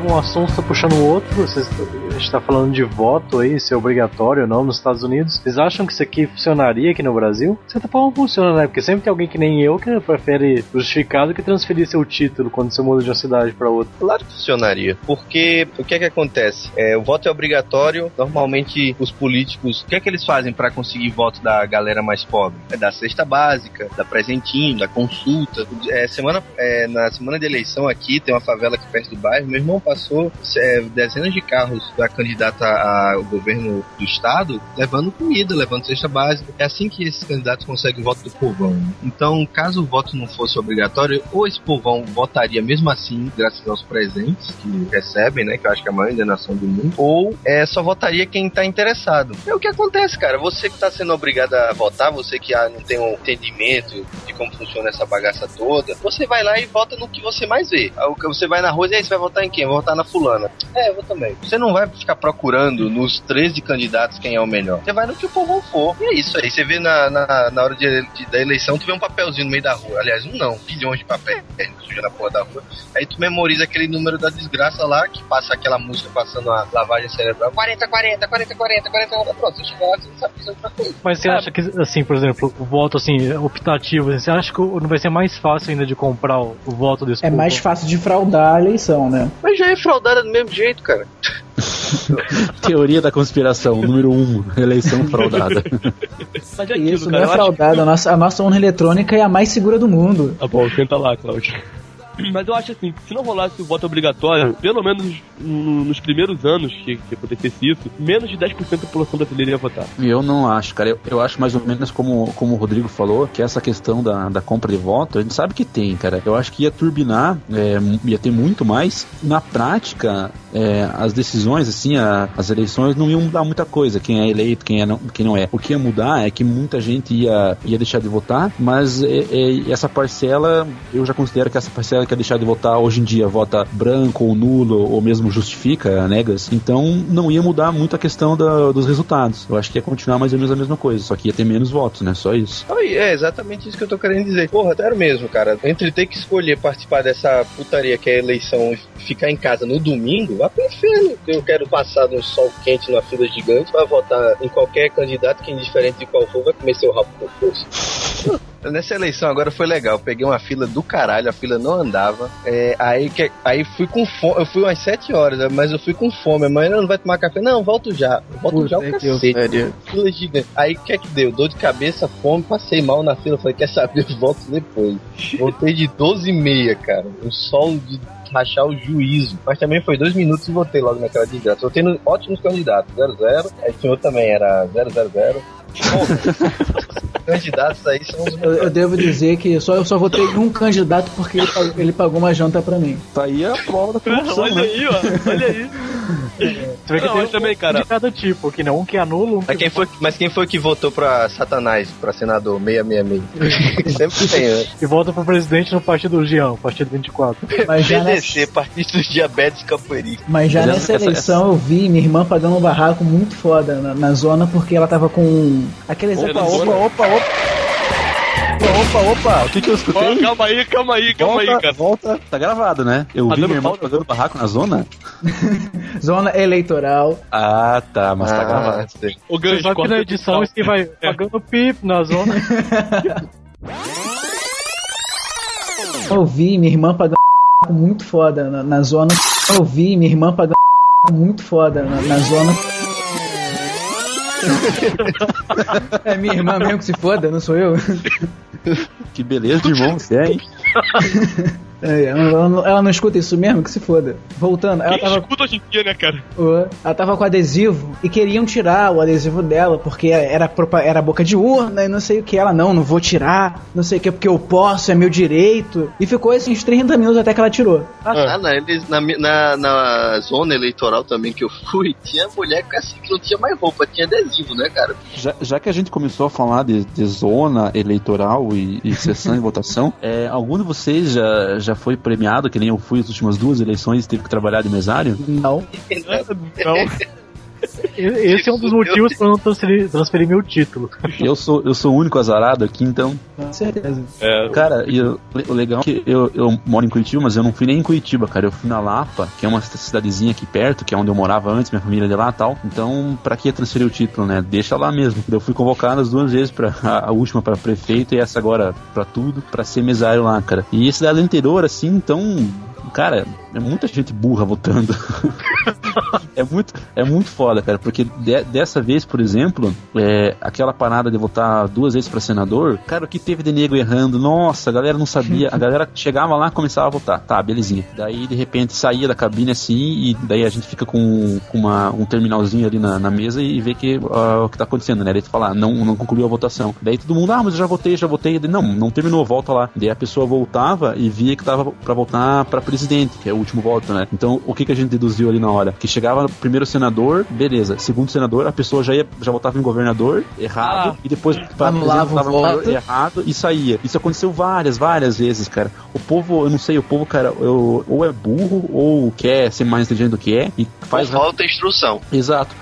um assunto tá puxando o outro. A gente tá falando de voto aí, se é obrigatório ou não nos Estados Unidos. Vocês acham que isso aqui funcionaria aqui no Brasil? De certa forma funciona, né? Porque sempre tem alguém que nem eu que prefere justificar do que transferir seu título quando você muda de uma cidade pra outra. Claro que funcionaria, porque o que é que acontece? O voto é obrigatório, normalmente os políticos, o que é que eles fazem pra conseguir voto da galera mais pobre? É da cesta básica, da presentinho, da consulta. Na semana de eleição aqui, tem uma favela aqui perto do bairro, meu irmão passou dezenas de carros da candidata ao governo do estado, levando comida, levando cesta básica. É assim que esses candidatos conseguem o voto do povão. Então, caso o voto não fosse obrigatório, ou esse povão votaria mesmo assim, graças aos presentes que recebem, né, que eu acho que é a maior nação do mundo, ou só votaria quem tá interessado. É o que acontece, cara. Você que tá sendo obrigado a votar, você que não tem um entendimento de como funciona essa bagaça toda, você vai lá e vota no que você mais vê. Você vai na rua e aí você vai votar em quem? Vou votar na fulana. Eu vou também. Você não vai ficar procurando nos 13 candidatos quem é o melhor. Você vai no que o povo for. E é isso aí. Você vê na hora da eleição, tu vê um papelzinho no meio da rua. Aliás, bilhões de papéis suja na porra da rua. Aí tu memoriza aquele número da desgraça lá, que passa aquela música passando a lavagem cerebral. 40, 40, 40, 40, 40, pronto. Você chega lá, você não sabe fazer outra coisa. Mas você acha que, assim, por exemplo, o voto, assim, optativo, você acha que não vai ser mais fácil ainda de comprar o voto desse povo? Mais fácil de fraudar a eleição, né? Mas já é fraudada do mesmo jeito, cara. Teoria da conspiração, número 1, eleição fraudada. Mas é Isso, cara, não é fraudada. A nossa urna eletrônica é a mais segura do mundo. Tá bom, senta lá, Cláudio. Mas eu acho assim, que se não rolasse o voto obrigatório, pelo menos nos primeiros anos que acontecesse isso, menos de 10% da população brasileira ia votar. Eu não acho, cara. Eu acho mais ou menos como o Rodrigo falou, que essa questão da compra de voto, a gente sabe que tem, cara. Eu acho que ia turbinar, ia ter muito mais. Na prática, as decisões, assim, as eleições não iam mudar muita coisa. Quem é eleito, quem não é. O que ia mudar é que muita gente ia deixar de votar, mas essa parcela, eu já considero que essa parcela quer deixar de votar hoje em dia, vota branco ou nulo, ou mesmo justifica, negas. Então não ia mudar muito a questão dos resultados. Eu acho que ia continuar mais ou menos a mesma coisa, só que ia ter menos votos, né? Só isso. É exatamente isso que eu tô querendo dizer. Porra, sério mesmo, cara. Entre ter que escolher participar dessa putaria que é a eleição e ficar em casa no domingo, vá pro inferno. Eu quero passar num sol quente numa fila gigante pra votar em qualquer candidato que, indiferente de qual for, vai comer seu rabo no poço. Nessa eleição agora foi legal. Peguei uma fila do caralho, a fila não andava. Aí fui com fome. Eu fui umas 7 horas, mas eu fui com fome. Amanhã não vai tomar café? Não, volto já. Volto já o cacete. Fila gigante. Aí o que é que deu? Dor de cabeça, fome, passei mal na fila. Falei, quer saber? Eu volto depois. Voltei de 12h30, cara. Um sol de rachar o juízo. Mas também foi 2 minutos e votei logo naquela desgraça. Votei nos ótimos candidatos. 0-0. Aí tinha outro também, era 0-0-0. Candidatos aí são os eu devo dizer que eu só votei em um candidato porque ele pagou uma janta pra mim. Tá aí a prova da corrupção. Olha aí, ó. Olha aí. Você vê que tem também, cara, de cada tipo, que não, um que anula, Mas quem foi que votou pra Satanás, pra senador 666? Sempre tem, né? E vota pro presidente no partido do Jean, partido 24. Mas já PDC, partido dos diabetes capoeiristas. Mas já nessa eleição eu vi minha irmã pagando um barraco muito foda na zona, porque ela tava com aqueles... Opa, o que eu escutei? Calma aí, cara. Volta, tá gravado, né? Eu vi minha irmã fazendo barraco na zona. Zona eleitoral. Ah, tá, mas tá gravado. O gancho só que na edição você vai pagando pip na zona. Eu vi minha irmã pagando muito foda na zona. Eu vi minha irmã pagando muito foda na zona. É minha irmã mesmo que se foda, não sou eu. Que beleza de irmão você é, hein? Ela não escuta isso mesmo, que se foda. Voltando, ela tava... escuta hoje em dia, né, cara? Ela tava com adesivo e queriam tirar o adesivo dela, porque era boca de urna e não sei o que. Ela, não vou tirar, não sei o que, porque eu posso, é meu direito. E ficou assim uns 30 minutos até que ela tirou. Na zona eleitoral também que eu fui, tinha mulher que não tinha mais roupa, tinha adesivo, né, cara? Já que a gente começou a falar de zona eleitoral e sessão e votação, algum de vocês já foi premiado, que nem eu fui as últimas 2 eleições e teve que trabalhar de mesário? Não. Esse é um dos motivos pra eu não transferir meu título. Eu sou o único azarado aqui, então. Com certeza. Cara, o legal é que eu moro em Curitiba, mas eu não fui nem em Curitiba, cara. Eu fui na Lapa, que é uma cidadezinha aqui perto, que é onde eu morava antes, minha família de lá e tal. Então, pra que transferir o título, né? Deixa lá mesmo. Eu fui convocado as 2 vezes, a última pra prefeito e essa agora pra tudo, pra ser mesário lá, cara. E cidade do interior, assim, então... Cara, é muita gente burra votando. é muito foda, cara, porque dessa vez, por exemplo, aquela parada de votar 2 vezes pra senador, cara, o que teve de nego errando? Nossa, a galera não sabia, a galera chegava lá e começava a votar, tá, belezinha. Daí, de repente, saía da cabine assim, e daí a gente fica com um terminalzinho ali na mesa e vê que o que tá acontecendo, né? Daí tu fala, não concluiu a votação. Daí todo mundo, mas eu já votei. Daí, não terminou, volta lá. Daí a pessoa voltava e via que tava pra votar pra presidente, que é o último voto, né? Então, o que a gente deduziu ali na hora? Que chegava primeiro senador, beleza. Segundo senador, a pessoa já votava em governador, errado, e depois anulava o voto errado e saía. Isso aconteceu várias vezes, cara. O povo, eu não sei, cara, ou é burro, ou quer ser mais inteligente do que é, e faz... Falta instrução. Exato.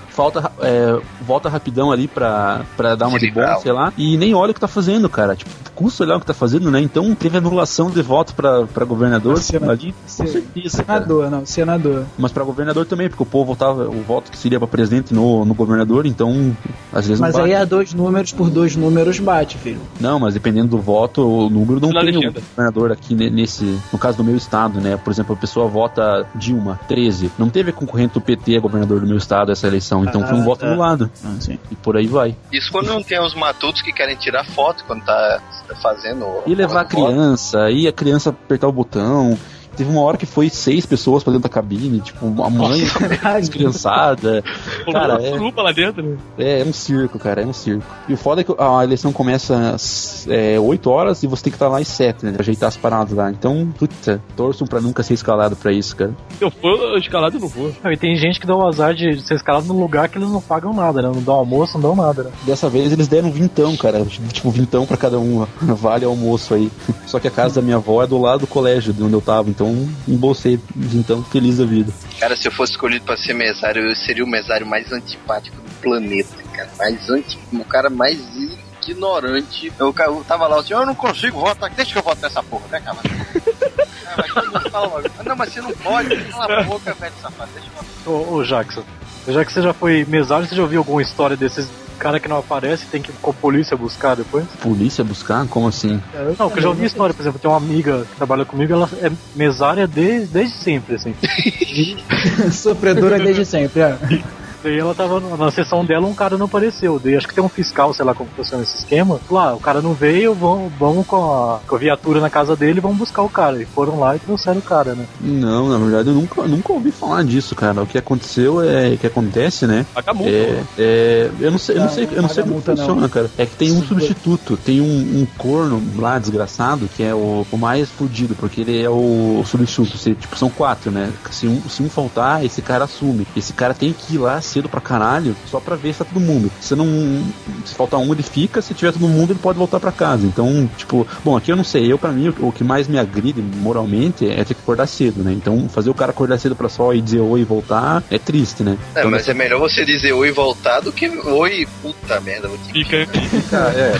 Volta rapidão ali pra dar uma de bom, sei lá, e nem olha o que tá fazendo, cara. Tipo, custa olhar o que tá fazendo, né? Então teve anulação de voto pra governador ali, com certeza. Senador. Mas pra governador também, porque o povo votava o voto que seria pra presidente no governador, então às vezes mas não bate. Aí 2 números por 2 números bate, filho. Não, mas dependendo do voto, o número não tem o governador aqui no caso do meu estado, né? Por exemplo, a pessoa vota Dilma, 13. Não teve concorrente do PT a governador do meu estado essa eleição. Então foi um voto anulado. E por aí vai. Isso quando não tem os matutos que querem tirar foto quando tá fazendo. E levar a criança, e a criança apertar o botão. Teve uma hora que foi 6 pessoas pra dentro da cabine, tipo, a mãe, descriançada. Cara, lá dentro, né? É um circo, cara, é um circo. E o foda é que a eleição começa às 8 horas e você tem que estar lá às 7, né? Pra ajeitar as paradas lá. Então, puta, torçam pra nunca ser escalado pra isso, cara. Se eu for escalado, eu não vou. E tem gente que dá o azar de ser escalado num lugar que eles não pagam nada, né? Não dão almoço, não dão nada, né? Dessa vez eles deram vintão, cara. Tipo, vintão pra cada um. Vale almoço aí. Só que a casa da minha avó é do lado do colégio, de onde eu tava. Então, embolsei vintão, feliz da vida. Cara, se eu fosse escolhido pra ser mesário, eu seria o mesário mais antipático do planeta, cara. O cara mais ignorante. Eu tava lá assim, eu não consigo votar, deixa que eu voto nessa porra, né, cara? Não, mas você não pode, cala a boca, velho, safado, deixa eu votar. Ô, Jackson, já que você já foi mesário, você já ouviu alguma história desses cara que não aparece, tem que ir com a polícia buscar depois? Polícia buscar? Como assim? Não, porque eu já ouvi história, por exemplo, tem uma amiga que trabalha comigo, ela é mesária desde sempre, assim. Sofredora desde sempre, Daí ela tava na sessão dela, um cara não apareceu. Daí acho que tem um fiscal, sei lá como funciona esse esquema. Lá, o cara não veio, vamos com a viatura na casa dele e vamos buscar o cara. E foram lá e trouxeram o cara, né? Não, na verdade eu nunca ouvi falar disso, cara. O que aconteceu o que acontece, né? Acabou. Eu não sei como funciona, cara. É que tem um substituto, tem um corno lá, desgraçado, que é o mais fudido, porque ele é o substituto. Tipo, são 4, né? Se um faltar, esse cara assume. Esse cara tem que ir lá cedo pra caralho, só pra ver se tá todo mundo. Se faltar um, ele fica, se tiver todo mundo, ele pode voltar pra casa. Então, tipo, bom, aqui eu não sei, pra mim, o que mais me agride moralmente é ter que acordar cedo, né? Então, fazer o cara acordar cedo pra só ir dizer oi e voltar é triste, né? Então, mas é melhor você dizer oi e voltar do que oi, puta merda, vou te ficar. É.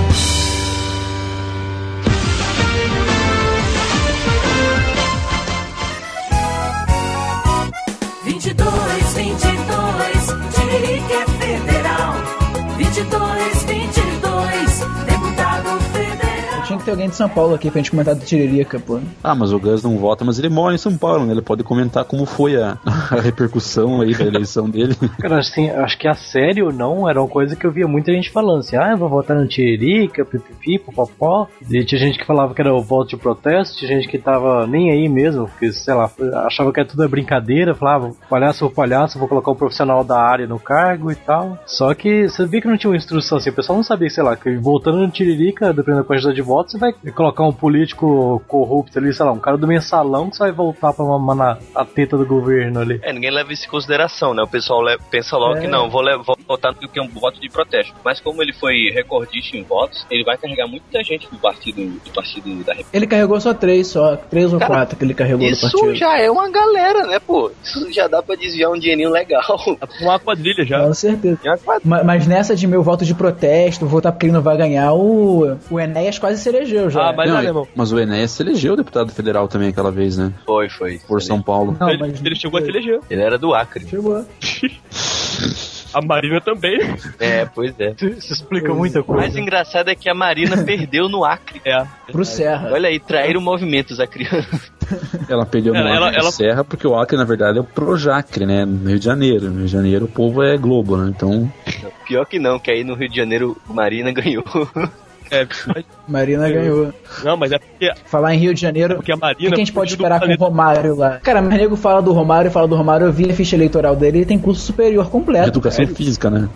22, Tiririca é federal. 22, deputado federal. Tinha que ter alguém de São Paulo aqui pra gente comentar do Tiririca, pô. Mas o Gus não vota, mas ele mora em São Paulo, né? Ele pode comentar como foi a repercussão aí da eleição dele. Cara, assim, acho que a sério ou não era uma coisa que eu via muita gente falando assim, eu vou votar no Tiririca, pipipi, popopó. E tinha gente que falava que era o voto de protesto, tinha gente que tava nem aí mesmo, porque, sei lá, achava que era tudo brincadeira, falava, palhaço, vou colocar um profissional da área no cargo e tal. Só que você via que não tinha uma instrução assim, o pessoal não sabia, sei lá, que votando no Tiririca, dependendo da quantidade de votos, você vai colocar um político corrupto ali, sei lá, um cara do mensalão que você vai voltar pra mamar a teta do governo ali. Ninguém leva isso em consideração, né? O pessoal pensa logo que não, vou votar no que é um voto de protesto. Mas como ele foi recordista em votos, ele vai carregar muita gente do partido da República. Ele carregou só 3 ou 4 que ele carregou do partido. Isso já é uma galera, né, pô? Isso já dá pra desviar um dinheirinho legal. Uma quadrilha já. Com certeza. Mas nessa de meu voto de protesto, votar porque ele não vai ganhar, o Enéas quase se elegeu já. Mas o Enéas se elegeu deputado federal também aquela vez, né? Foi. Por São Paulo. Não, ele chegou a se eleger. Ele era do Acre. Chegou. A Marina também. Pois é. Isso explica muita coisa. O mais engraçado é que a Marina perdeu no Acre. Pro Serra. Olha aí, traíram movimentos a criança. Ela perdeu no Acre pro Serra porque o Acre, na verdade, é o Projacre, né? No Rio de Janeiro. No Rio de Janeiro o povo é Globo, né? Então... Pior que não, que aí no Rio de Janeiro Marina ganhou. Marina ganhou. Não, mas é porque... Falar em Rio de Janeiro, porque a Marina, o que a gente pode esperar com o Romário lá? Cara, mas nego fala do Romário, eu vi a ficha eleitoral dele, ele tem curso superior completo. De educação física, né?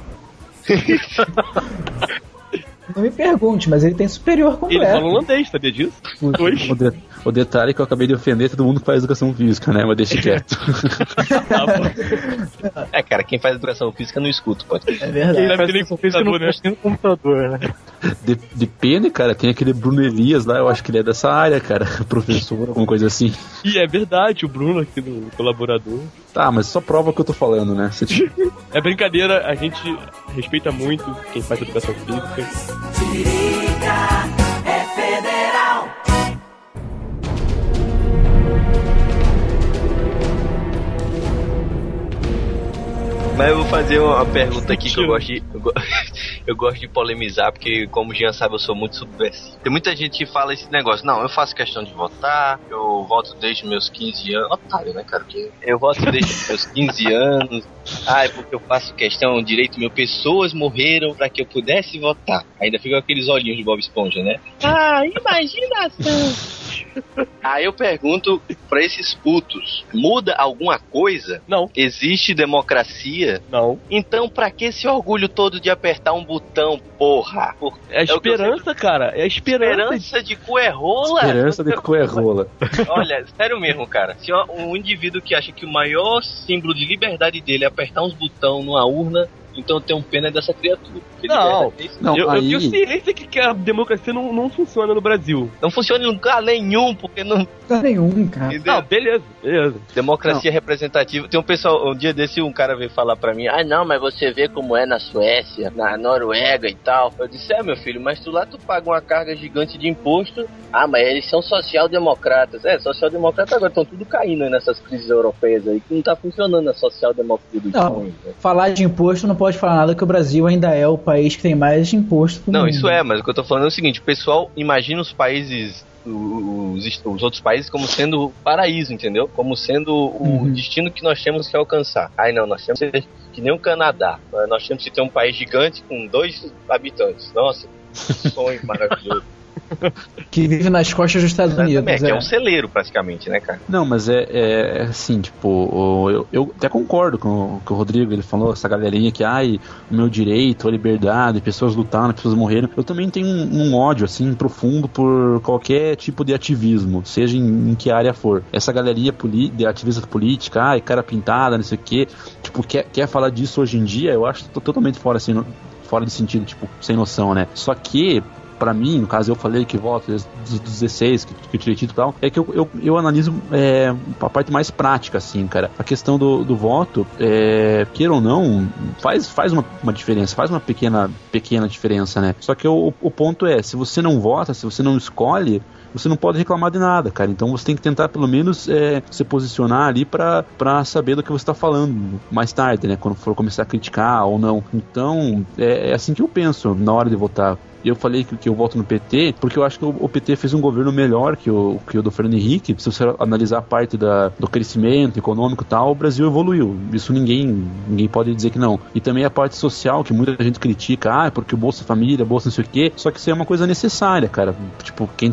Não me pergunte, mas ele tem superior completo. Ele fala holandês, sabia disso? O detalhe é que eu acabei de ofender todo mundo que faz educação física, né? Mas deixa quieto. Cara, quem faz educação física não escuta, pode. É verdade. Quem faz educação física não mexe no computador, né? Depende, cara. Tem aquele Bruno Elias lá, eu acho que ele é dessa área, cara. Professor, alguma coisa assim. E é verdade, o Bruno aqui do colaborador. Tá, mas só prova o que eu tô falando, né? É brincadeira, a gente respeita muito quem faz educação física. Tiririca é federal. Mas eu vou fazer uma pergunta aqui que eu gosto de polemizar, porque como o Jean sabe, eu sou muito subversivo. Tem muita gente que fala esse negócio, não, eu faço questão de votar, eu voto desde meus 15 anos. Otário, né, cara? Porque eu voto desde meus 15 anos. Porque eu faço questão, direito meu, pessoas morreram pra que eu pudesse votar. Ainda ficam aqueles olhinhos de Bob Esponja, né? Imaginação! Aí eu pergunto pra esses putos, muda alguma coisa? Não. Existe democracia? Não. Então pra que esse orgulho todo de apertar um botão, porra? É a esperança, cara. É a esperança. Esperança de cu é rola. Esperança de cu é rola. Olha, sério mesmo, cara. Se um indivíduo que acha que o maior símbolo de liberdade dele é apertar uns botões numa urna, então eu tenho pena dessa criatura. Eu tenho ciência que a democracia não funciona no Brasil. Não funciona em lugar nenhum, porque não... Lugar nenhum, cara. Não, beleza. Democracia representativa. Tem um pessoal, um dia desse um cara veio falar pra mim, não, mas você vê como é na Suécia, na Noruega e tal. Eu disse, meu filho, mas tu lá tu paga uma carga gigante de imposto. Mas eles são social-democratas. Social-democratas agora estão tudo caindo nessas crises europeias aí, que não tá funcionando a social-democracia. Não, falar de imposto não pode falar nada, que o Brasil ainda é o país que tem mais imposto do mundo. Isso mas o que eu tô falando é o seguinte, o pessoal imagina os países, os outros países como sendo o paraíso, entendeu? Como sendo o destino que nós temos que alcançar. Não, nós temos que ser que nem o Canadá. Nós temos que ter um país gigante com 2 habitantes. Nossa, sonho maravilhoso. Que vive nas costas dos Estados Unidos. Que é um celeiro, praticamente, né, cara? Não, mas é assim, tipo, eu até concordo com o Rodrigo, ele falou, essa galerinha que, o meu direito, a liberdade, pessoas lutaram, pessoas morreram. Eu também tenho um ódio, assim, profundo por qualquer tipo de ativismo, seja em que área for. Essa galerinha de ativista política, cara pintada, não sei o quê, tipo, quer falar disso hoje em dia, eu acho totalmente fora de sentido, tipo, sem noção, né? Só que pra mim, no caso eu falei que voto dos 16, que eu tirei título e tal, é que eu analiso a parte mais prática, assim, cara. A questão do voto, queira ou não, faz uma diferença, faz uma pequena diferença, né? Só que o ponto é, se você não vota, se você não escolhe, você não pode reclamar de nada, cara. Então você tem que tentar pelo menos se posicionar ali pra saber do que você tá falando mais tarde, né? Quando for começar a criticar ou não. Então é assim que eu penso na hora de votar. Eu falei que eu voto no PT porque eu acho que o PT fez um governo melhor que o do Fernando Henrique. Se você analisar a parte do crescimento econômico e tal, o Brasil evoluiu. Isso ninguém pode dizer que não. E também a parte social, que muita gente critica, porque o Bolsa Família, Bolsa não sei o quê. Só que isso é uma coisa necessária, cara. Tipo, quem discordar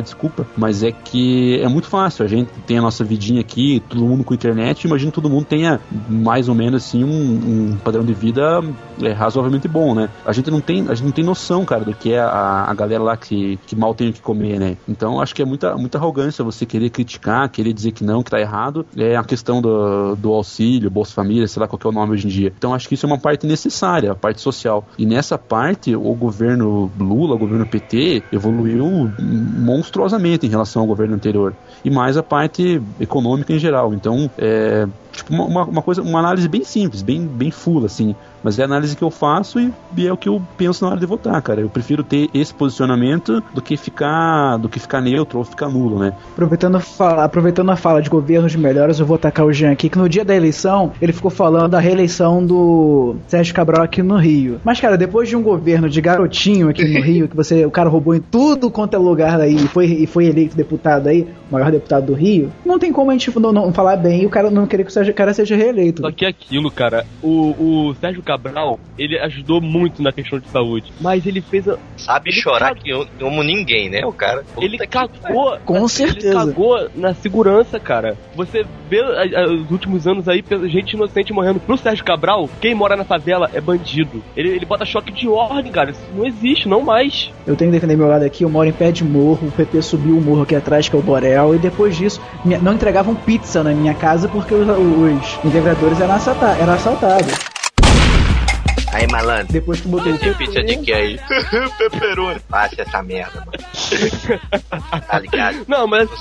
desculpa, mas é que é muito fácil, a gente tem a nossa vidinha aqui, todo mundo com internet, imagino que todo mundo tenha mais ou menos assim um padrão de vida razoavelmente bom, né? A gente não tem noção, cara, do que é a galera lá que mal tem o que comer, né? Então acho que é muita arrogância você querer criticar, querer dizer que não, que tá errado, é a questão do auxílio, Bolsa Família, sei lá qual que é o nome hoje em dia. Então acho que isso é uma parte necessária, a parte social. E nessa parte, o governo Lula, o governo PT, evoluiu monstruosamente em relação ao governo anterior. E mais a parte econômica em geral. Então, tipo, uma análise bem simples, bem full, assim. Mas é a análise que eu faço e é o que eu penso na hora de votar, cara. Eu prefiro ter esse posicionamento do que ficar neutro ou ficar nulo, né? Aproveitando a fala de governos melhores, eu vou tacar o Jean aqui, que no dia da eleição, ele ficou falando da reeleição do Sérgio Cabral aqui no Rio. Mas, cara, depois de um governo de garotinho aqui no Rio, que o cara roubou em tudo quanto é lugar aí e foi eleito deputado aí, o maior deputado do Rio, não tem como a gente não falar bem e o cara não querer que o cara seja reeleito. Só que é aquilo, cara, o Sérgio Cabral, ele ajudou muito na questão de saúde, mas ele fez sabe chorar como ninguém, né, o cara? Ele cagou, com certeza. Ele cagou na segurança, cara. Você vê os últimos anos aí, gente inocente morrendo. Pro Sérgio Cabral, quem mora na favela é bandido. Ele bota choque de ordem, cara. Isso não existe, não mais. Eu tenho que defender meu lado aqui, eu moro em pé de morro, o PP subiu o morro aqui atrás, que é o Borel, e depois disso, não entregavam pizza na minha casa porque os integradores eram assaltados. Aí, malandro. Depois que botou o pizza de que aí? Pepperoni. Passa essa merda, mano. Tá ligado? Não, mas...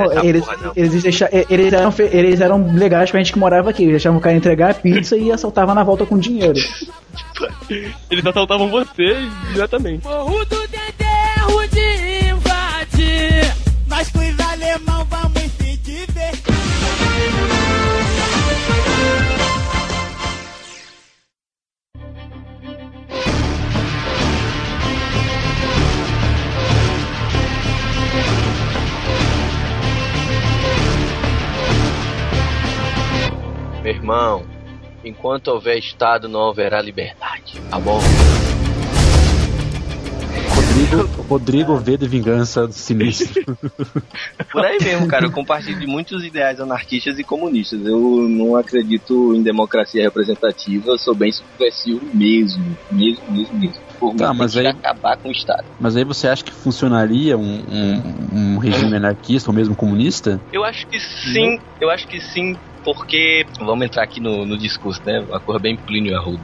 Eles eram legais pra gente que morava aqui. Eles deixavam o cara entregar a pizza e assaltavam na volta com dinheiro. Eles assaltavam você diretamente. Morro do Dedé, rude invade. Nós com os alemão vamos se divertir. Meu irmão, enquanto houver Estado, não haverá liberdade, tá bom? Rodrigo V de Vingança Sinistro. Por aí mesmo, cara, eu compartilho de muitos ideais anarquistas e comunistas. Eu não acredito em democracia representativa, eu sou bem subversivo mesmo. Por mim, mas tem que aí acabar com o Estado. Mas aí você acha que funcionaria um regime anarquista ou mesmo comunista? Eu acho que sim, porque vamos entrar aqui no discurso, né? Uma coisa bem Plínio Arruda.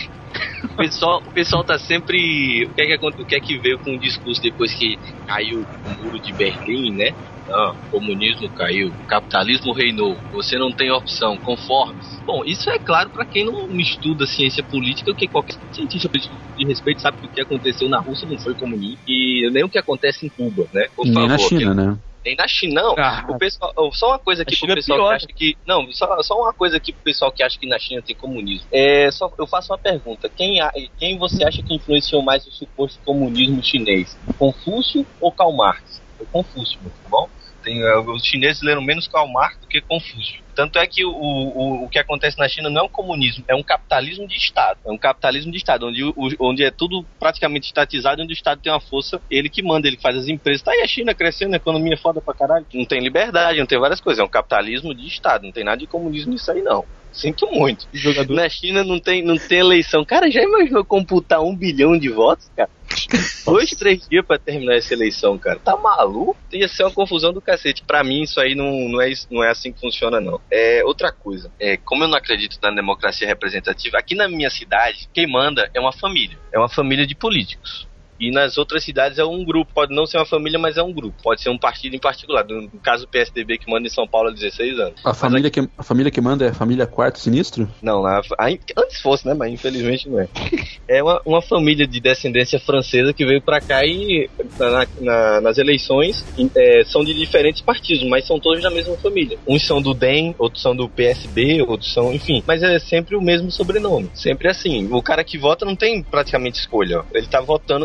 O pessoal tá sempre... O que é que veio com o discurso depois que caiu o muro de Berlim, né? Não, o comunismo caiu, o capitalismo reinou, você não tem opção, conforme-se. Bom, isso é claro para quem não estuda ciência política, que qualquer cientista de respeito sabe que o que aconteceu na Rússia não foi comunismo, e nem o que acontece em Cuba, né? Por favor, na China, né? Nem na China, não. O pessoal, só uma coisa aqui pro pessoal que acha que... Não, só uma coisa aqui pro pessoal que acha que na China tem comunismo. Eu faço uma pergunta. Quem você acha que influenciou mais o suposto comunismo chinês? Confúcio ou Karl Marx? Confúcio, tá bom? Os chineses leram menos Karl Marx do que Confúcio. Tanto é que o que acontece na China não é um comunismo, é um capitalismo de Estado. É um capitalismo de Estado, onde é tudo praticamente estatizado, onde o Estado tem uma força, ele que manda, ele faz as empresas. Tá aí a China crescendo, a economia é foda pra caralho. Não tem liberdade, não tem várias coisas. É um capitalismo de Estado, não tem nada de comunismo nisso aí, não. Sinto muito. Na China não tem eleição. Cara, já imaginou computar 1 bilhão de votos, cara? 2, 3 dias pra terminar essa eleição, cara. Tá maluco? Ia ser uma confusão do cacete. Pra mim, isso aí não é assim que funciona, não. Outra coisa. Como eu não acredito na democracia representativa, aqui na minha cidade, quem manda é uma família. É uma família de políticos. E nas outras cidades é um grupo, pode não ser uma família, mas é um grupo, pode ser um partido em particular. No caso do PSDB, que manda em São Paulo há 16 anos. A família que manda é a família Quarto Sinistro? Não, antes fosse, né, mas infelizmente não é. É uma família de descendência francesa que veio pra cá e nas eleições são de diferentes partidos, mas são todos da mesma família. Uns são do DEM, outros são do PSB, outros são, enfim, mas é sempre o mesmo sobrenome, sempre assim. O cara que vota não tem praticamente escolha, ó. Ele tá votando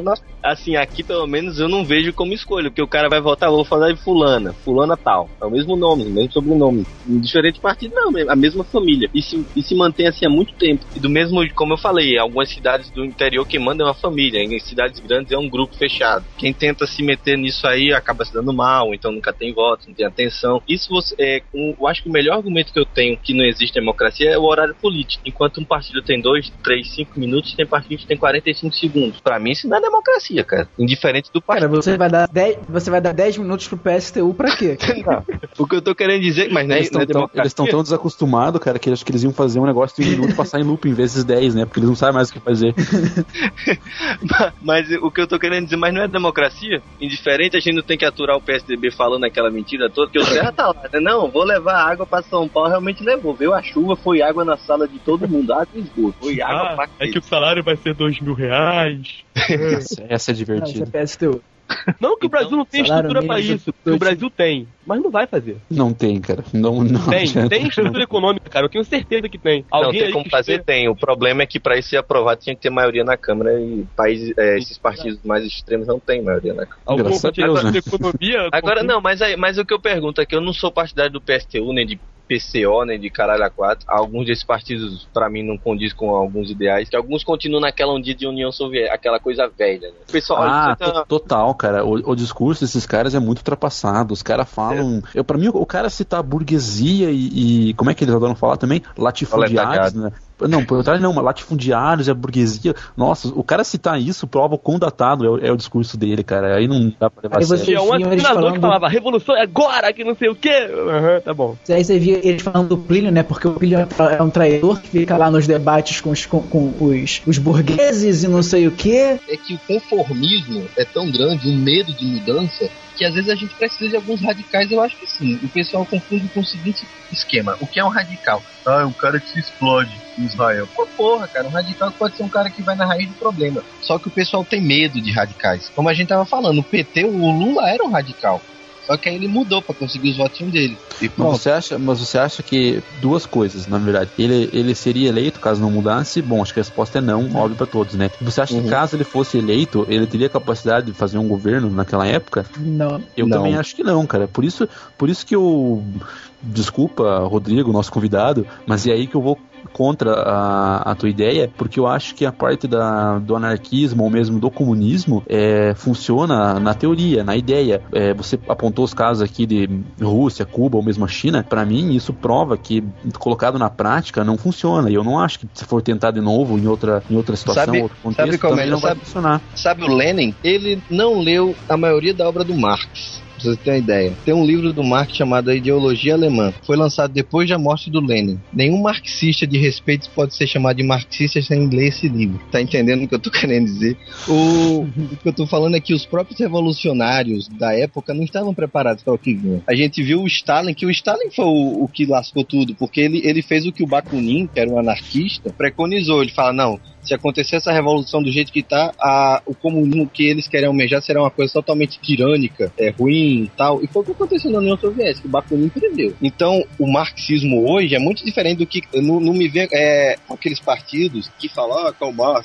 assim, aqui pelo menos eu não vejo como escolha, porque o cara vai votar, vou falar de fulana tal. É o mesmo nome, o mesmo sobrenome. Em diferentes partidos, não, a mesma família. E se mantém assim há muito tempo. E do mesmo, como eu falei, algumas cidades do interior que mandam é uma família, em cidades grandes é um grupo fechado. Quem tenta se meter nisso aí acaba se dando mal, então nunca tem voto, não tem atenção. Isso eu acho que o melhor argumento que eu tenho que não existe democracia é o horário político. Enquanto um partido tem 2, 3, 5 minutos, tem partido que tem 45 segundos. Pra mim isso não é democracia, cara. Indiferente do partido. Cara, você vai dar 10 minutos pro PSTU pra quê? Não. O que eu tô querendo dizer, mas não é democracia. Eles estão tão desacostumados, cara, que acho que eles iam fazer um negócio de 1 minuto e passar em loop em vezes 10, né? Porque eles não sabem mais o que fazer. Mas o que eu tô querendo dizer, mas não é democracia? Indiferente, a gente não tem que aturar o PSDB falando aquela mentira toda, que o Serra tá lá, né? Não, vou levar água pra São Paulo, realmente levou. Veio a chuva, foi água na sala de todo mundo, água e esgoto. Foi água pra é que o salário vai ser R$2.000. Essa é divertida. Essa é PSTU. Não que o Brasil não tem estrutura pra isso, que o Brasil tem, mas não vai fazer. Não tem, cara. Não tem estrutura econômica, cara, eu tenho certeza que tem. Alguém não tem como fazer, tem. O problema é que pra isso ser aprovado tinha que ter maioria na Câmara e esses partidos mais extremos não tem maioria na Câmara. Graças a Deus, né? Economia, agora não, mas o que eu pergunto é que eu não sou partidário do PSTU, nem de PCO, nem de caralho a 4. Alguns desses partidos, pra mim, não condiz com alguns ideais, que alguns continuam naquela ondinha de União Soviética, aquela coisa velha, né? O pessoal, total, cara. O discurso desses caras é muito ultrapassado. Os caras falam... Pra mim, o cara citar burguesia e como é que eles adoram falar também? Latifundiários, né? Não, por trás não, mas latifundiários, a burguesia. Nossa, o cara citar isso prova o quão datado é o discurso dele, cara. Aí não dá pra levar a sério. Tinha um assinador que falava, revolução é agora, que não sei o quê. Tá bom. Aí você via eles falando do Plínio, né? Porque o Plínio é um traidor que fica lá nos debates com os burgueses e não sei o quê. É que o conformismo é tão grande, o medo de mudança, que às vezes a gente precisa de alguns radicais. Eu acho que sim. O pessoal confunde com o seguinte esquema. O que é um radical? É um cara que se explode em Israel. Porra, cara, um radical pode ser um cara que vai na raiz do problema. Só que o pessoal tem medo de radicais. Como a gente tava falando, o PT, o Lula era um radical. Só que aí ele mudou pra conseguir os votinhos dele. E mas você acha que duas coisas, na verdade. Ele seria eleito caso não mudasse? Bom, acho que a resposta é não, óbvio pra todos, né? Você acha que caso ele fosse eleito, ele teria capacidade de fazer um governo naquela época? Não. Eu também acho que não, cara. Por isso que desculpa, Rodrigo, nosso convidado, mas é aí que eu vou contra a tua ideia, porque eu acho que a parte do anarquismo ou mesmo do comunismo funciona na teoria, na ideia. Você apontou os casos aqui de Rússia, Cuba ou mesmo a China. Pra mim isso prova que colocado na prática não funciona, e eu não acho que se for tentar de novo em outra situação, outro contexto, também não vai funcionar. Sabe o Lenin? Ele não leu a maioria da obra do Marx. Pra você ter uma ideia. Tem um livro do Marx chamado A Ideologia Alemã. Foi lançado depois da morte do Lenin. Nenhum marxista de respeito pode ser chamado de marxista sem ler esse livro. Tá entendendo o que eu tô querendo dizer? O que eu tô falando é que os próprios revolucionários da época não estavam preparados para o que vinha. A gente viu o Stalin, que o Stalin foi o que lascou tudo, porque ele fez o que o Bakunin, que era um anarquista, preconizou. Ele fala, não, se acontecer essa revolução do jeito que tá, o comunismo que eles querem almejar será uma coisa totalmente tirânica, ruim e tal. E foi o que aconteceu na União Soviética, o Bakunin preveu. Então, o marxismo hoje é muito diferente do que... Não me vê aqueles partidos que falam, Karl Marx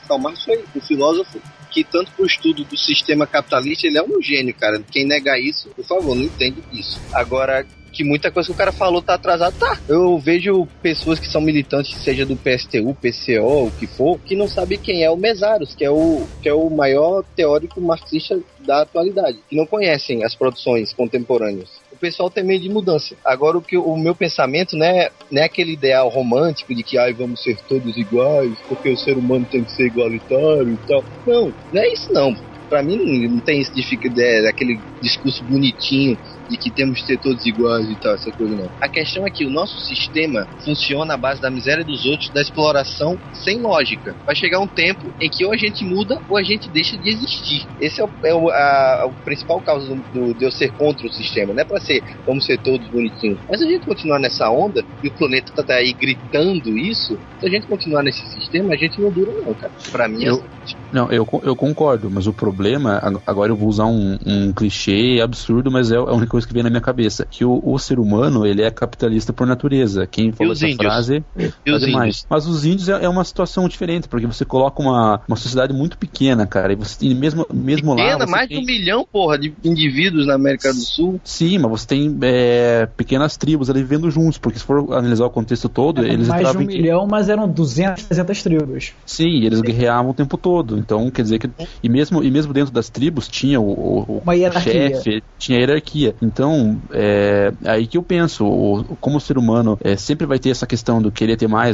foi o filósofo que tanto pro estudo do sistema capitalista, ele é um gênio, cara. Quem nega isso, por favor, não entende isso. Agora, que muita coisa que o cara falou tá atrasado, tá. Eu vejo pessoas que são militantes, seja do PSTU, PCO, o que for, que não sabem quem é o Mesaros, que é o maior teórico marxista da atualidade, que não conhecem as produções contemporâneas. O pessoal tem medo de mudança. Agora, o meu pensamento não é aquele ideal romântico de que vamos ser todos iguais, porque o ser humano tem que ser igualitário e tal. Não é isso não. Pra mim não tem esse aquele discurso bonitinho de que temos que ser todos iguais e tal, essa coisa não. A questão é que o nosso sistema funciona à base da miséria dos outros, da exploração sem lógica. Vai chegar um tempo em que ou a gente muda ou a gente deixa de existir. Esse é o principal causa de eu ser contra o sistema. Não é pra ser, vamos ser todos bonitinhos. Mas se a gente continuar nessa onda, e o planeta tá aí gritando isso, se a gente continuar nesse sistema, a gente não dura não, cara. Pra mim eu concordo, mas o problema, agora eu vou usar um clichê clichê, absurdo, mas é a única coisa que vem na minha cabeça. Que o ser humano, ele é capitalista por natureza. Quem falou essa frase é demais. Mas os índios é uma situação diferente, porque você coloca uma sociedade muito pequena, cara, e você tem mesmo pequena, lá... mais de 1 milhão, porra, de indivíduos na América do Sul. Sim, mas você tem pequenas tribos ali vivendo juntos, porque se for analisar o contexto todo, eles mais de 1 milhão, mas eram 200, 300 tribos. Sim, eles guerreavam o tempo todo. Então, quer dizer que... E mesmo dentro das tribos tinha o chefe, tinha a hierarquia. Então, aí que eu penso, como o ser humano sempre vai ter essa questão do querer ter mais,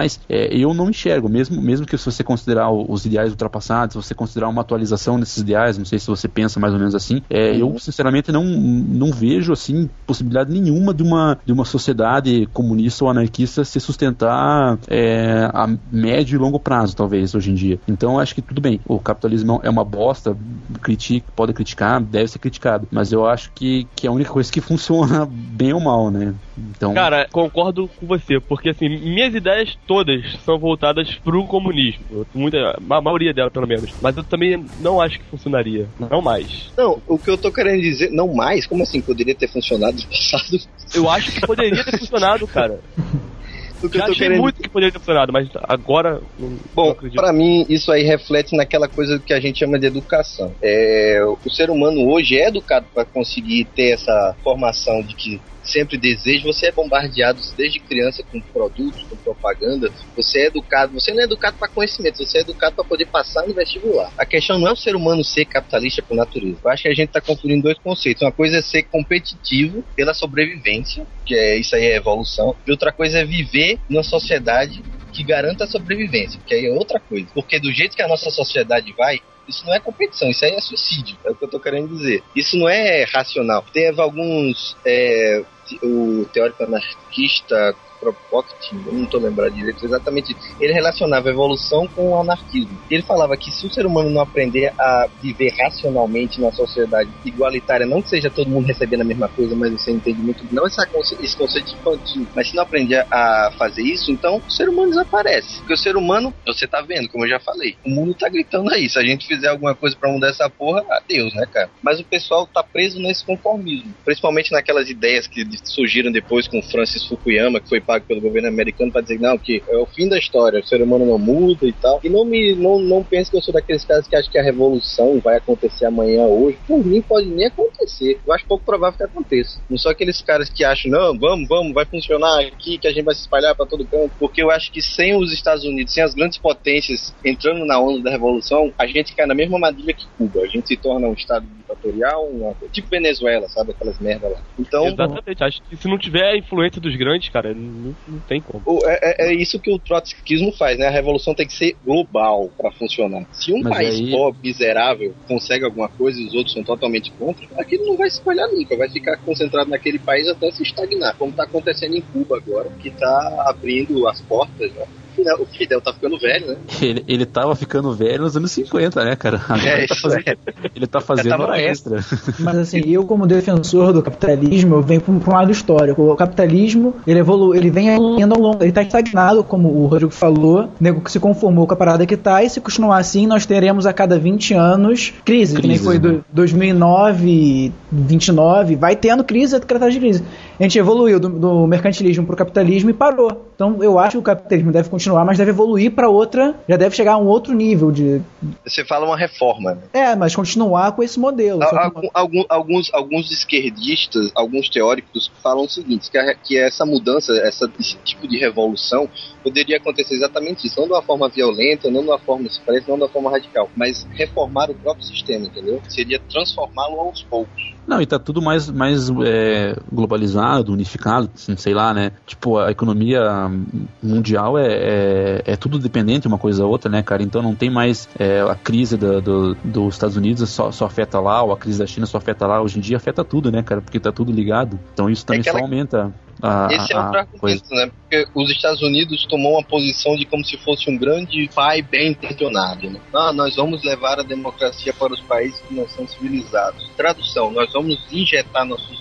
eu não enxergo, mesmo que se você considerar os ideais ultrapassados, se você considerar uma atualização desses ideais, não sei se você pensa mais ou menos assim, eu sinceramente não vejo assim possibilidade nenhuma de uma sociedade comunista ou anarquista se sustentar a médio e longo prazo, talvez, hoje em dia. Então, eu acho que tudo bem, o capitalismo é uma bosta, pode criticar, deve ser criticado, mas eu acho que é a única coisa que funciona bem ou mal, né? Então... Cara, concordo com você, porque assim, minhas ideias todas são voltadas pro comunismo, a maioria delas pelo menos, mas eu também não acho que funcionaria, não mais. Não, o que eu tô querendo dizer, não mais? Como assim, poderia ter funcionado no passado? Eu acho que poderia ter funcionado, cara. Já achei muito que poderia ter funcionado, mas agora não acredito. Pra mim, isso aí reflete naquela coisa que a gente chama de educação. O ser humano hoje é educado para conseguir ter essa formação de que sempre desejo, você é bombardeado desde criança com produtos, com propaganda, você é educado, você não é educado para conhecimento, você é educado para poder passar no vestibular. A questão não é o ser humano ser capitalista por natureza. Eu acho que a gente está confundindo dois conceitos. Uma coisa é ser competitivo pela sobrevivência, que isso aí é evolução, e outra coisa é viver numa sociedade que garanta a sobrevivência, que aí é outra coisa. Porque do jeito que a nossa sociedade vai, isso não é competição, isso aí é suicídio, é o que eu tô querendo dizer. Isso não é racional. Teve alguns... o teórico anarquista Kropotkin, eu não estou lembrando direito exatamente isso. Ele relacionava a evolução com o anarquismo. Ele falava que se o ser humano não aprender a viver racionalmente numa sociedade igualitária, não que seja todo mundo recebendo a mesma coisa, mas você entende muito, não esse conceito infantil, mas se não aprender a fazer isso, então o ser humano desaparece. Porque o ser humano, você está vendo, como eu já falei, o mundo está gritando aí. Se a gente fizer alguma coisa para mudar essa porra, adeus, né, cara? Mas o pessoal está preso nesse conformismo, principalmente naquelas ideias que surgiram depois com Francis Fukuyama, que foi pago pelo governo americano para dizer não, que é o fim da história, o ser humano não muda e tal. E não pense que eu sou daqueles caras que acham que a revolução vai acontecer amanhã, hoje. Por mim pode nem acontecer. Eu acho pouco provável que aconteça. Não sou aqueles caras que acham, não, vamos, vai funcionar aqui, que a gente vai se espalhar para todo canto. Porque eu acho que sem os Estados Unidos, sem as grandes potências entrando na onda da revolução, a gente cai na mesma armadilha que Cuba. A gente se torna um estado ditatorial, tipo Venezuela, sabe? Aquelas merdas lá. Então, exatamente. Acho que se não tiver a influência dos grandes, cara, não tem como. É isso que o trotskismo faz, né? A revolução tem que ser global pra funcionar. Se um país pobre, miserável, consegue alguma coisa e os outros são totalmente contra, aquilo não vai se espalhar nunca, vai ficar concentrado naquele país até se estagnar, como tá acontecendo em Cuba agora, que tá abrindo as portas, né? O Fidel tá ficando velho, né? Ele tava ficando velho nos anos 50, né, cara? Ele tá fazendo hora extra. Mas assim, eu como defensor do capitalismo, eu venho pra um lado histórico. O capitalismo, ele vem evoluindo ao longo, ele tá estagnado, como o Rodrigo falou, o nego que se conformou com a parada que tá, e se continuar assim, nós teremos a cada 20 anos crise, que nem foi 2009, 29, vai tendo crise atrás de crise. A gente evoluiu do mercantilismo pro capitalismo e parou. Então eu acho que o capitalismo deve continuar, mas deve evoluir para outra, já deve chegar a um outro nível de... Você fala uma reforma, né? Mas continuar com esse modelo. Alguns esquerdistas, alguns teóricos falam o seguinte, que essa mudança, esse tipo de revolução poderia acontecer exatamente isso, não de uma forma violenta, não de uma forma expressa, não de uma forma radical, mas reformar o próprio sistema, entendeu? Seria transformá-lo aos poucos. Não, e tá tudo mais globalizado, unificado, sei lá, né? Tipo, a economia mundial é tudo dependente uma coisa da outra, né, cara? Então não tem mais a crise dos Estados Unidos só afeta lá, ou a crise da China só afeta lá. Hoje em dia afeta tudo, né, cara? Porque tá tudo ligado. Então isso também só aumenta esse é outro argumento, né? Porque os Estados Unidos tomou uma posição de como se fosse um grande pai bem intencionado, né? Nós vamos levar a democracia para os países que não são civilizados. Tradução, nós vamos injetar nossos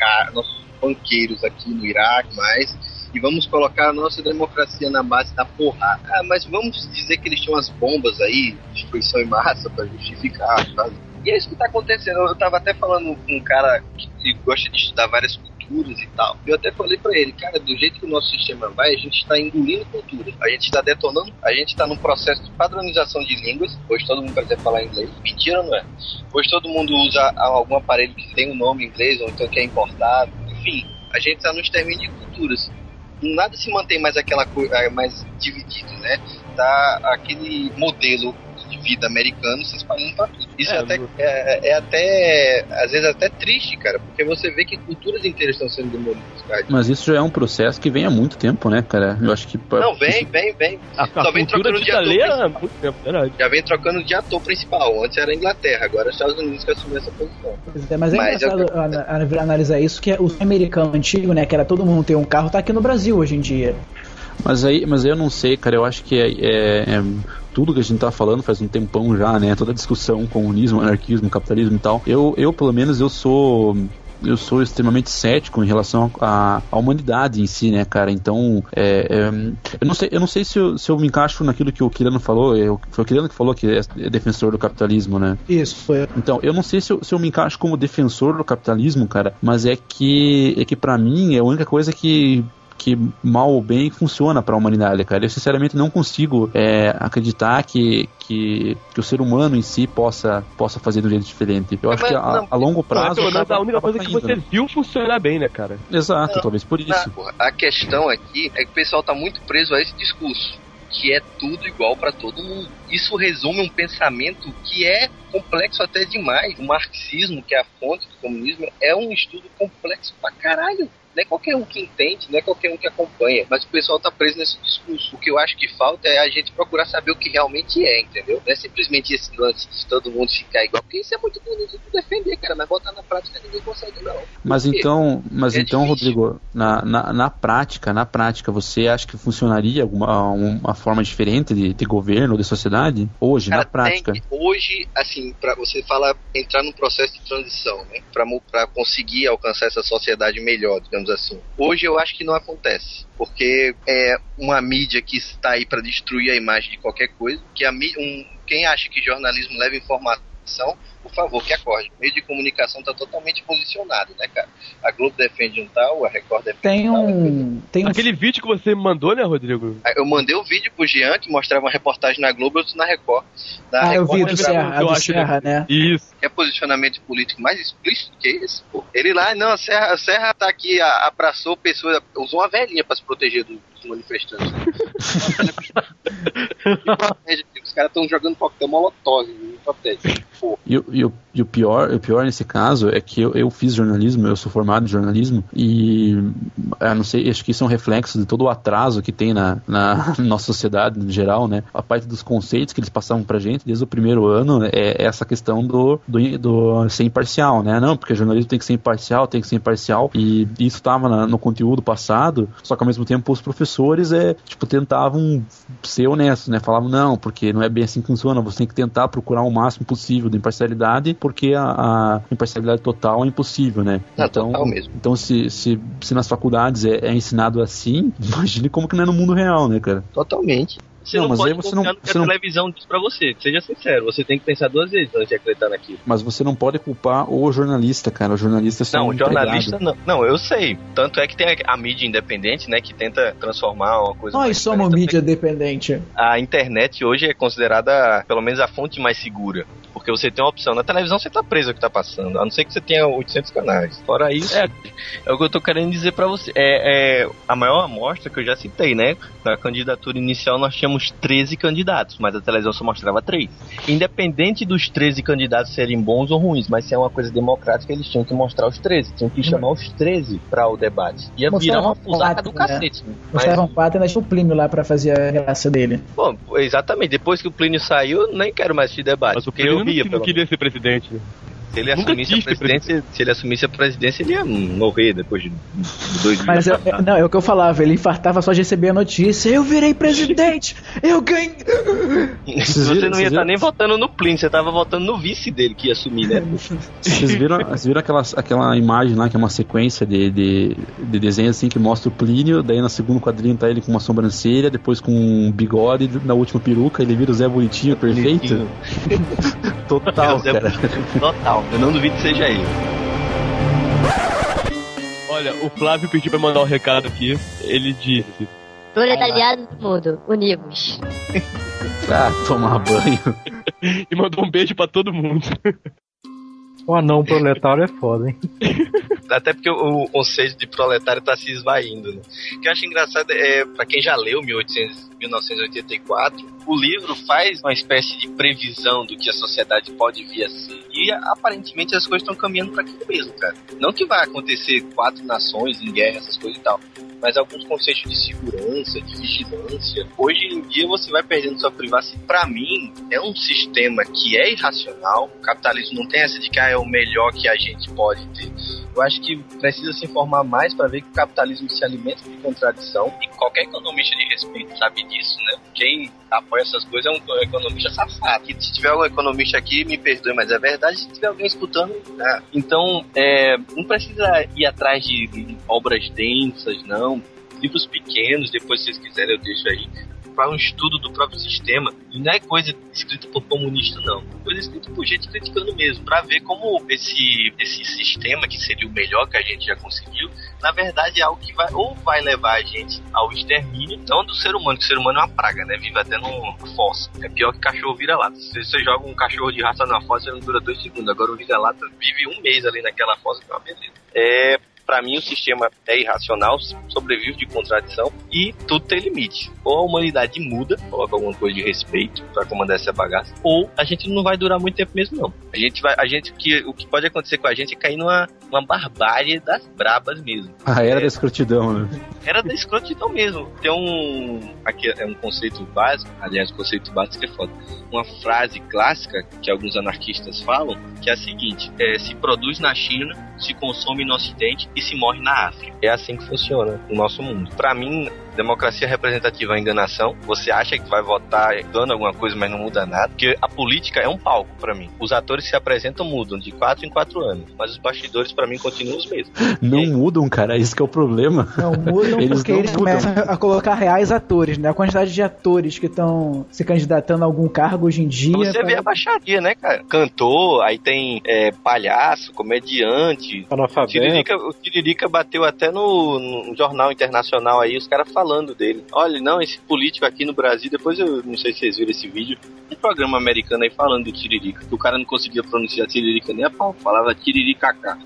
banqueiros aqui no Iraque, e vamos colocar a nossa democracia na base da porrada. Mas vamos dizer que eles tinham as bombas aí, destruição em massa, para justificar, sabe? E é isso que tá acontecendo. Eu tava até falando com um cara que gosta de estudar várias culturas e tal. Eu até falei pra ele, cara, do jeito que o nosso sistema vai, a gente está engolindo cultura. A gente está detonando, a gente está num processo de padronização de línguas. Hoje todo mundo precisa falar inglês. Mentira, não é? Hoje todo mundo usa algum aparelho que tem um nome em inglês, ou então que é importado. Enfim, a gente está no extermínio de culturas. Nada se mantém mais aquela coisa mais dividido, né? Tá aquele modelo de vida americano se espalhando pra tudo. Isso é até às vezes até triste, cara, porque você vê que culturas inteiras estão sendo demolidas, cara. Mas isso já é um processo que vem há muito tempo, né, cara? Eu acho que... Não, vem. Só vem trocando de ator principal. Muito tempo, verdade. Já vem trocando de ator principal. Antes era a Inglaterra, agora é os Estados Unidos que assumiu essa posição. Mas é engraçado analisar isso, que o americano antigo, né, que era todo mundo ter um carro, tá aqui no Brasil hoje em dia. Mas aí eu não sei, cara, eu acho que tudo que a gente tá falando faz um tempão já, né, toda a discussão, comunismo, anarquismo, capitalismo e tal, eu pelo menos, eu sou extremamente cético em relação à humanidade em si, né, cara, então, eu não sei se eu me encaixo naquilo que o Quirano falou, foi o Quirano que falou que é defensor do capitalismo, né? Isso, foi. Então, eu não sei se eu me encaixo como defensor do capitalismo, cara, mas é que pra mim é a única coisa que mal ou bem funciona para a humanidade, cara. Eu sinceramente não consigo acreditar que o ser humano em si possa fazer de um jeito diferente. Eu acho que a longo prazo... a única coisa que você viu funcionar bem, né, cara? Exato, talvez por isso. A questão aqui é que o pessoal tá muito preso a esse discurso, que é tudo igual para todo mundo. Isso resume um pensamento que é complexo até demais. O marxismo, que é a fonte do comunismo, é um estudo complexo pra caralho. Não é qualquer um que entende, não é qualquer um que acompanha, mas o pessoal tá preso nesse discurso. O que eu acho que falta é a gente procurar saber o que realmente é, entendeu? Não é simplesmente esse lance de todo mundo ficar igual, porque isso é muito bonito de defender, cara, mas botar na prática ninguém consegue, não. Mas então, Rodrigo, na prática, você acha que funcionaria uma forma diferente de governo ou de sociedade? Hoje, cara, na prática? Hoje, assim, pra você entrar num processo de transição, né, pra conseguir alcançar essa sociedade melhor, digamos assim. Hoje eu acho que não acontece, porque é uma mídia que está aí para destruir a imagem de qualquer coisa, que quem acha que jornalismo leva informação, por favor, que acorde. O meio de comunicação está totalmente posicionado, né, cara? A Globo defende um tal, a Record defende tal. Aquele vídeo que você me mandou, né, Rodrigo? Eu mandei um vídeo pro Jean, que mostrava uma reportagem na Globo, eu tô na Record. Eu vi do Serra, né? Isso. É posicionamento político mais explícito que esse, pô. Ele lá, não, a Serra tá aqui, abraçou pessoas, usou uma velhinha pra se proteger dos manifestantes. Os caras estão jogando coquetel molotov, não protege. E o pior nesse caso é que eu fiz jornalismo, eu sou formado em jornalismo e não sei, acho que isso é um reflexo de todo o atraso que tem na nossa sociedade no geral, né? A parte dos conceitos que eles passavam pra gente desde o primeiro ano é essa questão do ser imparcial, né? Não, porque jornalismo tem que ser imparcial e isso estava no conteúdo passado, só que ao mesmo tempo os professores tentavam ser honestos, né? Falavam, não, porque não é bem assim que funciona, você tem que tentar procurar o máximo possível de imparcialidade, porque a imparcialidade total é impossível, né? Total mesmo. Então se nas faculdades é ensinado assim, imagine como que não é no mundo real, né, cara? Totalmente. Você não pode confiar no que a televisão diz pra você. Seja sincero, você tem que pensar duas vezes antes de acreditar naquilo. Mas você não pode culpar o jornalista, cara. O jornalista não, o jornalista não. Não, eu sei. Tanto é que tem a mídia independente, né, que tenta transformar uma coisa... Nós somos mídia independente. A internet hoje é considerada, pelo menos, a fonte mais segura. Porque você tem uma opção. Na televisão você tá preso ao que tá passando. A não ser que você tenha 800 canais. Fora isso, é o que eu tô querendo dizer pra você. A maior amostra que eu já citei, né? Na candidatura inicial nós tínhamos 13 candidatos, mas a televisão só mostrava 3. Independente dos 13 candidatos serem bons ou ruins, mas se é uma coisa democrática, eles tinham que mostrar os 13. Tinham que chamar os 13 pra o debate. Ia virar uma fusaca do cacete. Né? Mostravam 4 e ainda tinha o Plínio lá pra fazer a graça dele. Bom, exatamente. Depois que o Plínio saiu, nem quero mais esse debate. Mas o Plínio não queria ser presidente, né? Se ele assumisse a presidência, ele ia morrer depois de 2 Mas é o que eu falava, ele infartava só de receber a notícia, eu virei presidente, eu ganhei. Você não ia estar nem votando no Plínio, você tava votando no vice dele que ia assumir, né? Vocês viram aquela imagem lá, que é uma sequência de desenho assim, que mostra o Plínio, daí no segundo quadrinho tá ele com uma sobrancelha, depois com um bigode, na última peruca ele vira o Zé Bonitinho perfeito. Total, cara. Total, eu não duvido que seja ele. Olha, o Flávio pediu pra mandar um recado aqui. Ele disse: proletariado do mundo, univos. Tomar banho. E mandou um beijo pra todo mundo. O anão proletário é foda, hein? Até porque o conceito de proletário tá se esvaindo, né? O que eu acho engraçado pra quem já leu 1984, o livro faz uma espécie de previsão do que a sociedade pode vir a ser. E aparentemente as coisas estão caminhando para aquilo mesmo, cara. Não que vai acontecer 4 nações em guerra, essas coisas e tal, mas alguns conceitos de segurança, de vigilância. Hoje em dia você vai perdendo sua privacidade. Pra mim, é um sistema que é irracional. O capitalismo não tem essa de que é o melhor que a gente pode ter. Eu acho que precisa se informar mais para ver que o capitalismo se alimenta de contradição, e qualquer economista de respeito sabe disso, né? Quem apoia essas coisas é um economista safado. E se tiver algum economista aqui, me perdoe, mas é verdade. Se tiver alguém escutando, né? Então, não precisa ir atrás de obras densas, não. Livros pequenos, depois se vocês quiserem eu deixo aí, para um estudo do próprio sistema. E não é coisa escrita por comunista, não. É coisa escrita por gente criticando mesmo, para ver como esse sistema, que seria o melhor que a gente já conseguiu, na verdade é algo que vai levar a gente ao extermínio, não do ser humano, que o ser humano é uma praga, né? Vive até numa fossa. É pior que cachorro vira-lata. Se você joga um cachorro de raça na fossa, ele não dura 2 segundos. Agora o vira-lata vive 1 mês ali naquela fossa, que é uma beleza. Pra mim o sistema é irracional, sobrevive de contradição e tudo tem limite. Ou a humanidade muda, coloca alguma coisa de respeito pra comandar essa bagaça, ou a gente não vai durar muito tempo mesmo, não. O que pode acontecer com a gente é cair numa barbárie das brabas mesmo. Era da escrotidão, né? Era da escrotidão mesmo. Tem aqui é um conceito básico, aliás, o conceito básico é foda. Uma frase clássica que alguns anarquistas falam, que é a seguinte: se produz na China, se consome no Ocidente e se morre na África. É assim que funciona o nosso mundo. Pra mim, democracia representativa é enganação. Você acha que vai votar dando alguma coisa, mas não muda nada. Porque a política é um palco pra mim. Os atores que se apresentam mudam de 4 em 4 anos, mas os bastidores pra mim continuam os mesmos. Não mudam, cara, isso que é o problema. Não mudam porque eles começam a colocar reais atores, né? A quantidade de atores que estão se candidatando a algum cargo hoje em dia. Você vê a baixaria, né, cara? Cantor, aí tem palhaço, comediante. O Tiririca bateu até no jornal internacional aí, os caras falando dele. Olha, não, esse político aqui no Brasil, depois eu não sei se vocês viram esse vídeo, um programa americano aí falando do Tiririca, que o cara não conseguia pronunciar Tiririca nem a pau, falava Tiriricacá.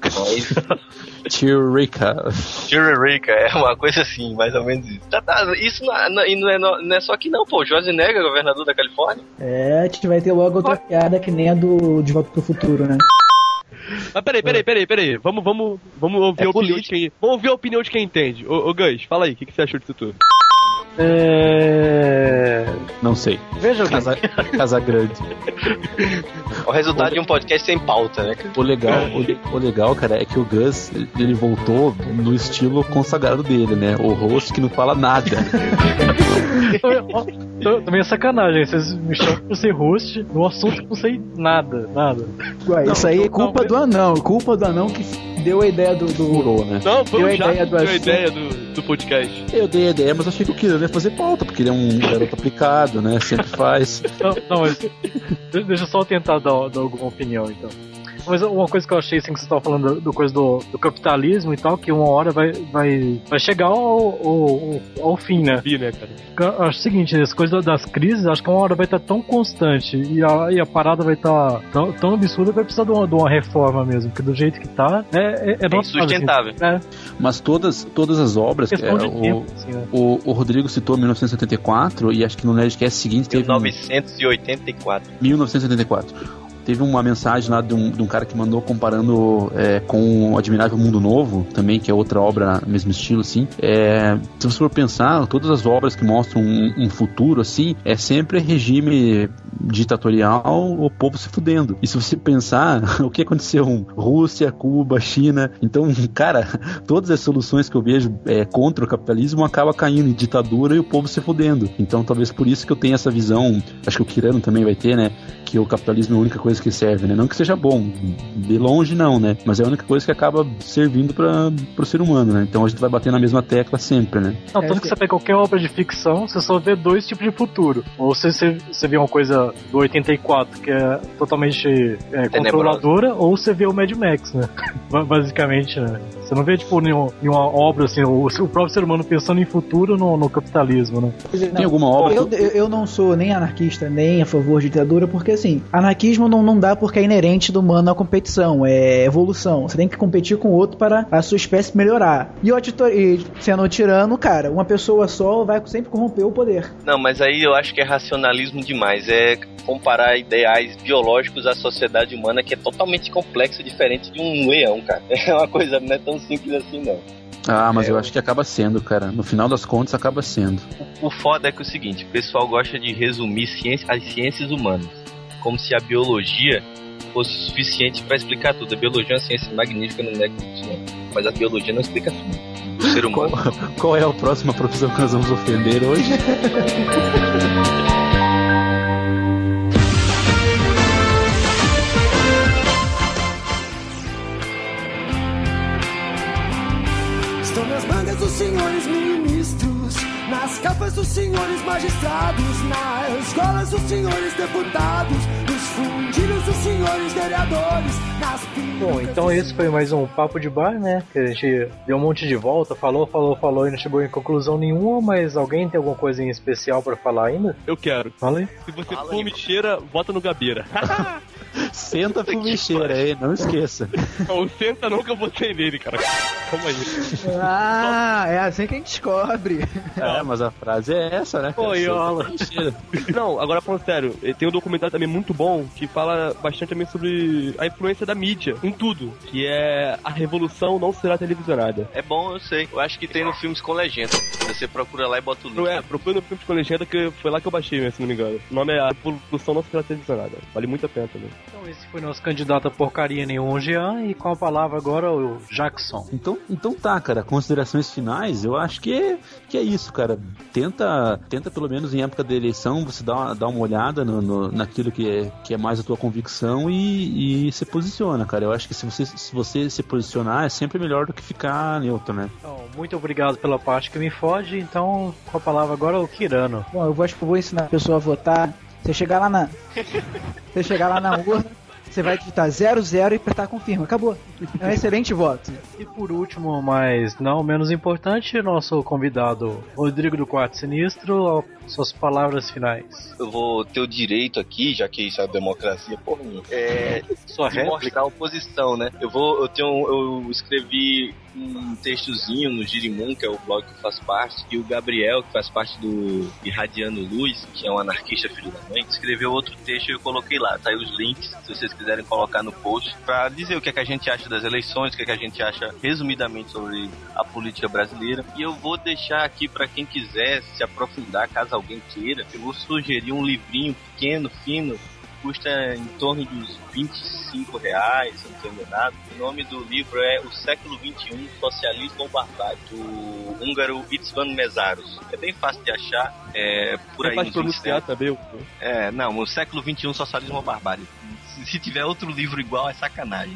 Tiririca, é uma coisa assim, mais ou menos isso. Isso não é só que não, pô. Schwarzenegger, governador da Califórnia. A gente vai ter logo outra piada que nem a do De Volta pro Futuro, né? Mas peraí. Vamos ouvir a opinião de quem. Vamos ouvir a opinião de quem entende. Ô Gus, fala aí, o que você achou disso tudo? Não sei. Veja Casa Grande. O resultado de um podcast sem pauta, né? O legal, cara, é que o Gus, ele voltou no estilo consagrado dele, né? O host que não fala nada. Também é sacanagem, vocês me chamam pra ser host no assunto que não sei nada. Ué, isso aí é culpa do anão que deu a ideia do Furou, né? Não, foi o Jato que deu a ideia do podcast. Eu dei a ideia, mas achei que o Kira ia fazer pauta, porque ele é um garoto aplicado, né? Sempre faz. Não, mas deixa eu só tentar dar alguma opinião, então. Mas uma coisa que eu achei, assim, que você estava falando do coisa do capitalismo e tal, que uma hora vai chegar ao fim, né? Cara? Eu acho o seguinte, essa coisa das crises, acho que uma hora vai estar tão constante e a parada vai estar tão absurda que vai precisar de uma reforma mesmo, porque do jeito que tá, é insustentável. Assim, Mas todas as obras, o Rodrigo citou 1974 e acho que no Nerdcast seguinte teve 1984. teve uma mensagem lá de um cara que mandou comparando com o Admirável Mundo Novo, também, que é outra obra no mesmo estilo, assim. Se você for pensar, todas as obras que mostram um futuro, assim, é sempre regime ditatorial, o povo se fudendo. E se você pensar, o que aconteceu? Rússia, Cuba, China. Então, cara, todas as soluções que eu vejo contra o capitalismo acabam caindo em ditadura e o povo se fudendo. Então, talvez por isso que eu tenho essa visão, acho que o Kirano também vai ter, né? Que o capitalismo é a única coisa que serve, né? Não que seja bom, de longe não, né? Mas é a única coisa que acaba servindo pro ser humano, né? Então a gente vai bater na mesma tecla sempre, né? Não, tanto que você pega qualquer obra de ficção, você só vê dois tipos de futuro. Ou você vê uma coisa do 84 que é totalmente controladora, ou você vê o Mad Max, né? Basicamente, né? Você não vê, tipo, nenhuma obra, assim, o próprio ser humano pensando em futuro no capitalismo, né? Tem alguma obra? Eu não sou nem anarquista, nem a favor de ditadura, porque, assim, anarquismo não dá porque é inerente do humano à competição, é evolução. Você tem que competir com o outro para a sua espécie melhorar. E sendo tirano, cara, uma pessoa só vai sempre corromper o poder. Não, mas aí eu acho que é racionalismo demais. É comparar ideais biológicos à sociedade humana, que é totalmente complexa e diferente de um leão, cara. É uma coisa, não é tão simples assim, não. Ah, mas eu acho que acaba sendo, cara. No final das contas, acaba sendo. O foda é que é o seguinte, o pessoal gosta de resumir as ciências humanas, como se a biologia fosse suficiente para explicar tudo. A biologia é uma ciência magnífica, não nego isso, não. Mas a biologia não explica tudo. O ser humano. Qual é a próxima profissão que nós vamos ofender hoje? Estão nas mangas dos senhores ministros, nas capas dos senhores magistrados, nas escolas dos senhores deputados, nos fundilhos dos senhores vereadores, nas Bom, então esse foi mais um Papo de Bar, né? Que a gente deu um monte de volta, falou e não chegou em conclusão nenhuma, mas alguém tem alguma coisa em especial pra falar ainda? Eu quero. Fala aí. Se você for cheira, vota no Gabeira. Senta fumicheira aí, não esqueça. Não, senta não que eu botei nele, cara. Calma aí. Ah, é assim que a gente descobre. Mas a frase é essa, né? Oiola. Não, agora falando sério, tem um documentário também muito bom que fala bastante também sobre a influência da mídia em tudo, que é A Revolução Não Será Televisionada. É bom, eu sei. Eu acho que tem no Filmes com Legenda. Você procura lá e bota o link. Não procura no Filmes com Legenda, que foi lá que eu baixei, se não me engano. O nome é A Revolução Não Será Televisionada. Vale muito a pena também. Então esse foi nosso candidato a porcaria nenhum, Jean, e com a palavra agora o Jackson. Então tá, cara, considerações finais, eu acho que é isso, cara. Tenta pelo menos em época da eleição você dar uma olhada naquilo que é mais a tua convicção e se posiciona, cara. Eu acho que se você se posicionar é sempre melhor do que ficar neutro, né? Então, muito obrigado pela parte que me foge, então com a palavra agora o Kirano. Bom, eu acho que eu vou ensinar a pessoa a votar. Você chegar lá na urna, você vai digitar 00 e apertar confirma. Acabou. É um excelente voto. E por último, mas não menos importante, nosso convidado Rodrigo do Quarto Sinistro, suas palavras finais. Eu vou ter o direito aqui, já que isso é democracia, porra minha, de mostrar a oposição, né? Eu escrevi um textozinho no Girimum, que é o blog que eu faço parte, e o Gabriel, que faz parte do Irradiando Luz, que é um anarquista filho da mãe, escreveu outro texto e eu coloquei lá, tá aí os links, se vocês quiserem colocar no post, pra dizer o que é que a gente acha das eleições, o que é que a gente acha resumidamente sobre a política brasileira. E eu vou deixar aqui pra quem quiser se aprofundar, caso alguém queira, eu vou sugerir um livrinho pequeno, fino, custa em torno dos R$25, se não estou enganado. O nome do livro é O Século XXI, Socialismo ou Barbárie, do húngaro István Mészáros. É bem fácil de achar, por aí. É fácil pronunciar também. Não, O Século XXI, Socialismo ou Barbárie. Se tiver outro livro igual, é sacanagem.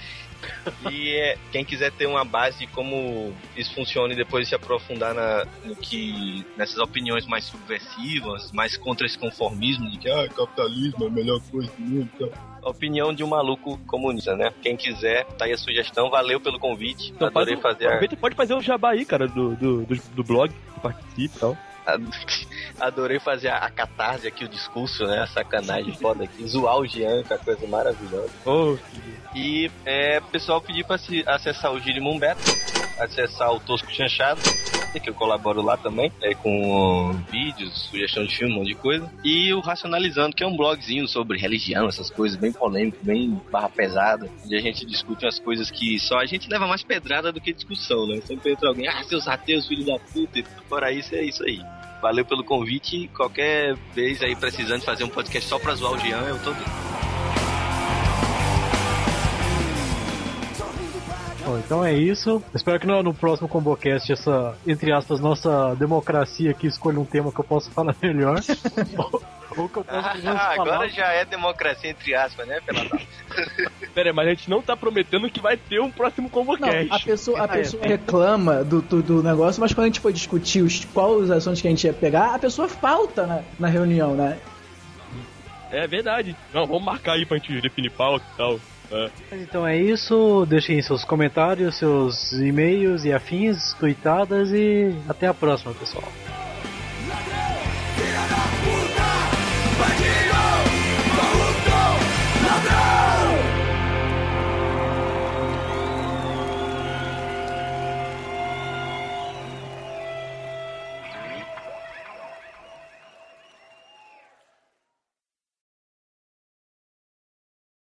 E quem quiser ter uma base de como isso funciona e depois se aprofundar nessas opiniões mais subversivas, mais contra esse conformismo de que capitalismo é a melhor coisa do mundo, então. A opinião de um maluco comunista, né? Quem quiser, tá aí a sugestão, valeu pelo convite. Então, adorei fazer. Pode fazer um jabá aí, cara, do blog, que participe e tal. Adorei fazer a catarse aqui, o discurso, né? A sacanagem foda aqui, zoar o Jean, que é uma coisa maravilhosa. E pessoal, pedir pra acessar o Girimum Beta, acessar o Tosco Chanchado, Twitter, que eu colaboro lá também, com vídeos, sugestão de filme, um monte de coisa. E o Racionalizando, que é um blogzinho sobre religião, essas coisas bem polêmicas, bem barra pesada, onde a gente discute umas coisas que só a gente leva mais pedrada do que discussão, né? Sempre entra alguém, seus ateus, filho da puta, e fora isso, é isso aí. Valeu pelo convite, qualquer vez aí precisando fazer um podcast só pra zoar o Jean, eu tô dentro. Bom, então é isso. Espero que no próximo Combocast essa, entre aspas, nossa democracia aqui escolha um tema que eu possa falar melhor. ou que eu possa falar. Agora já é democracia entre aspas, né, Peladão? Pera aí, mas a gente não tá prometendo que vai ter um próximo Combocast. Não, a pessoa reclama do negócio, mas quando a gente for discutir quais os assuntos que a gente ia pegar, a pessoa falta na reunião, né? É verdade. Não, vamos marcar aí pra gente definir pauta e tal. Então é isso, deixem seus comentários, seus e-mails e afins, tweetadas e até a próxima, pessoal.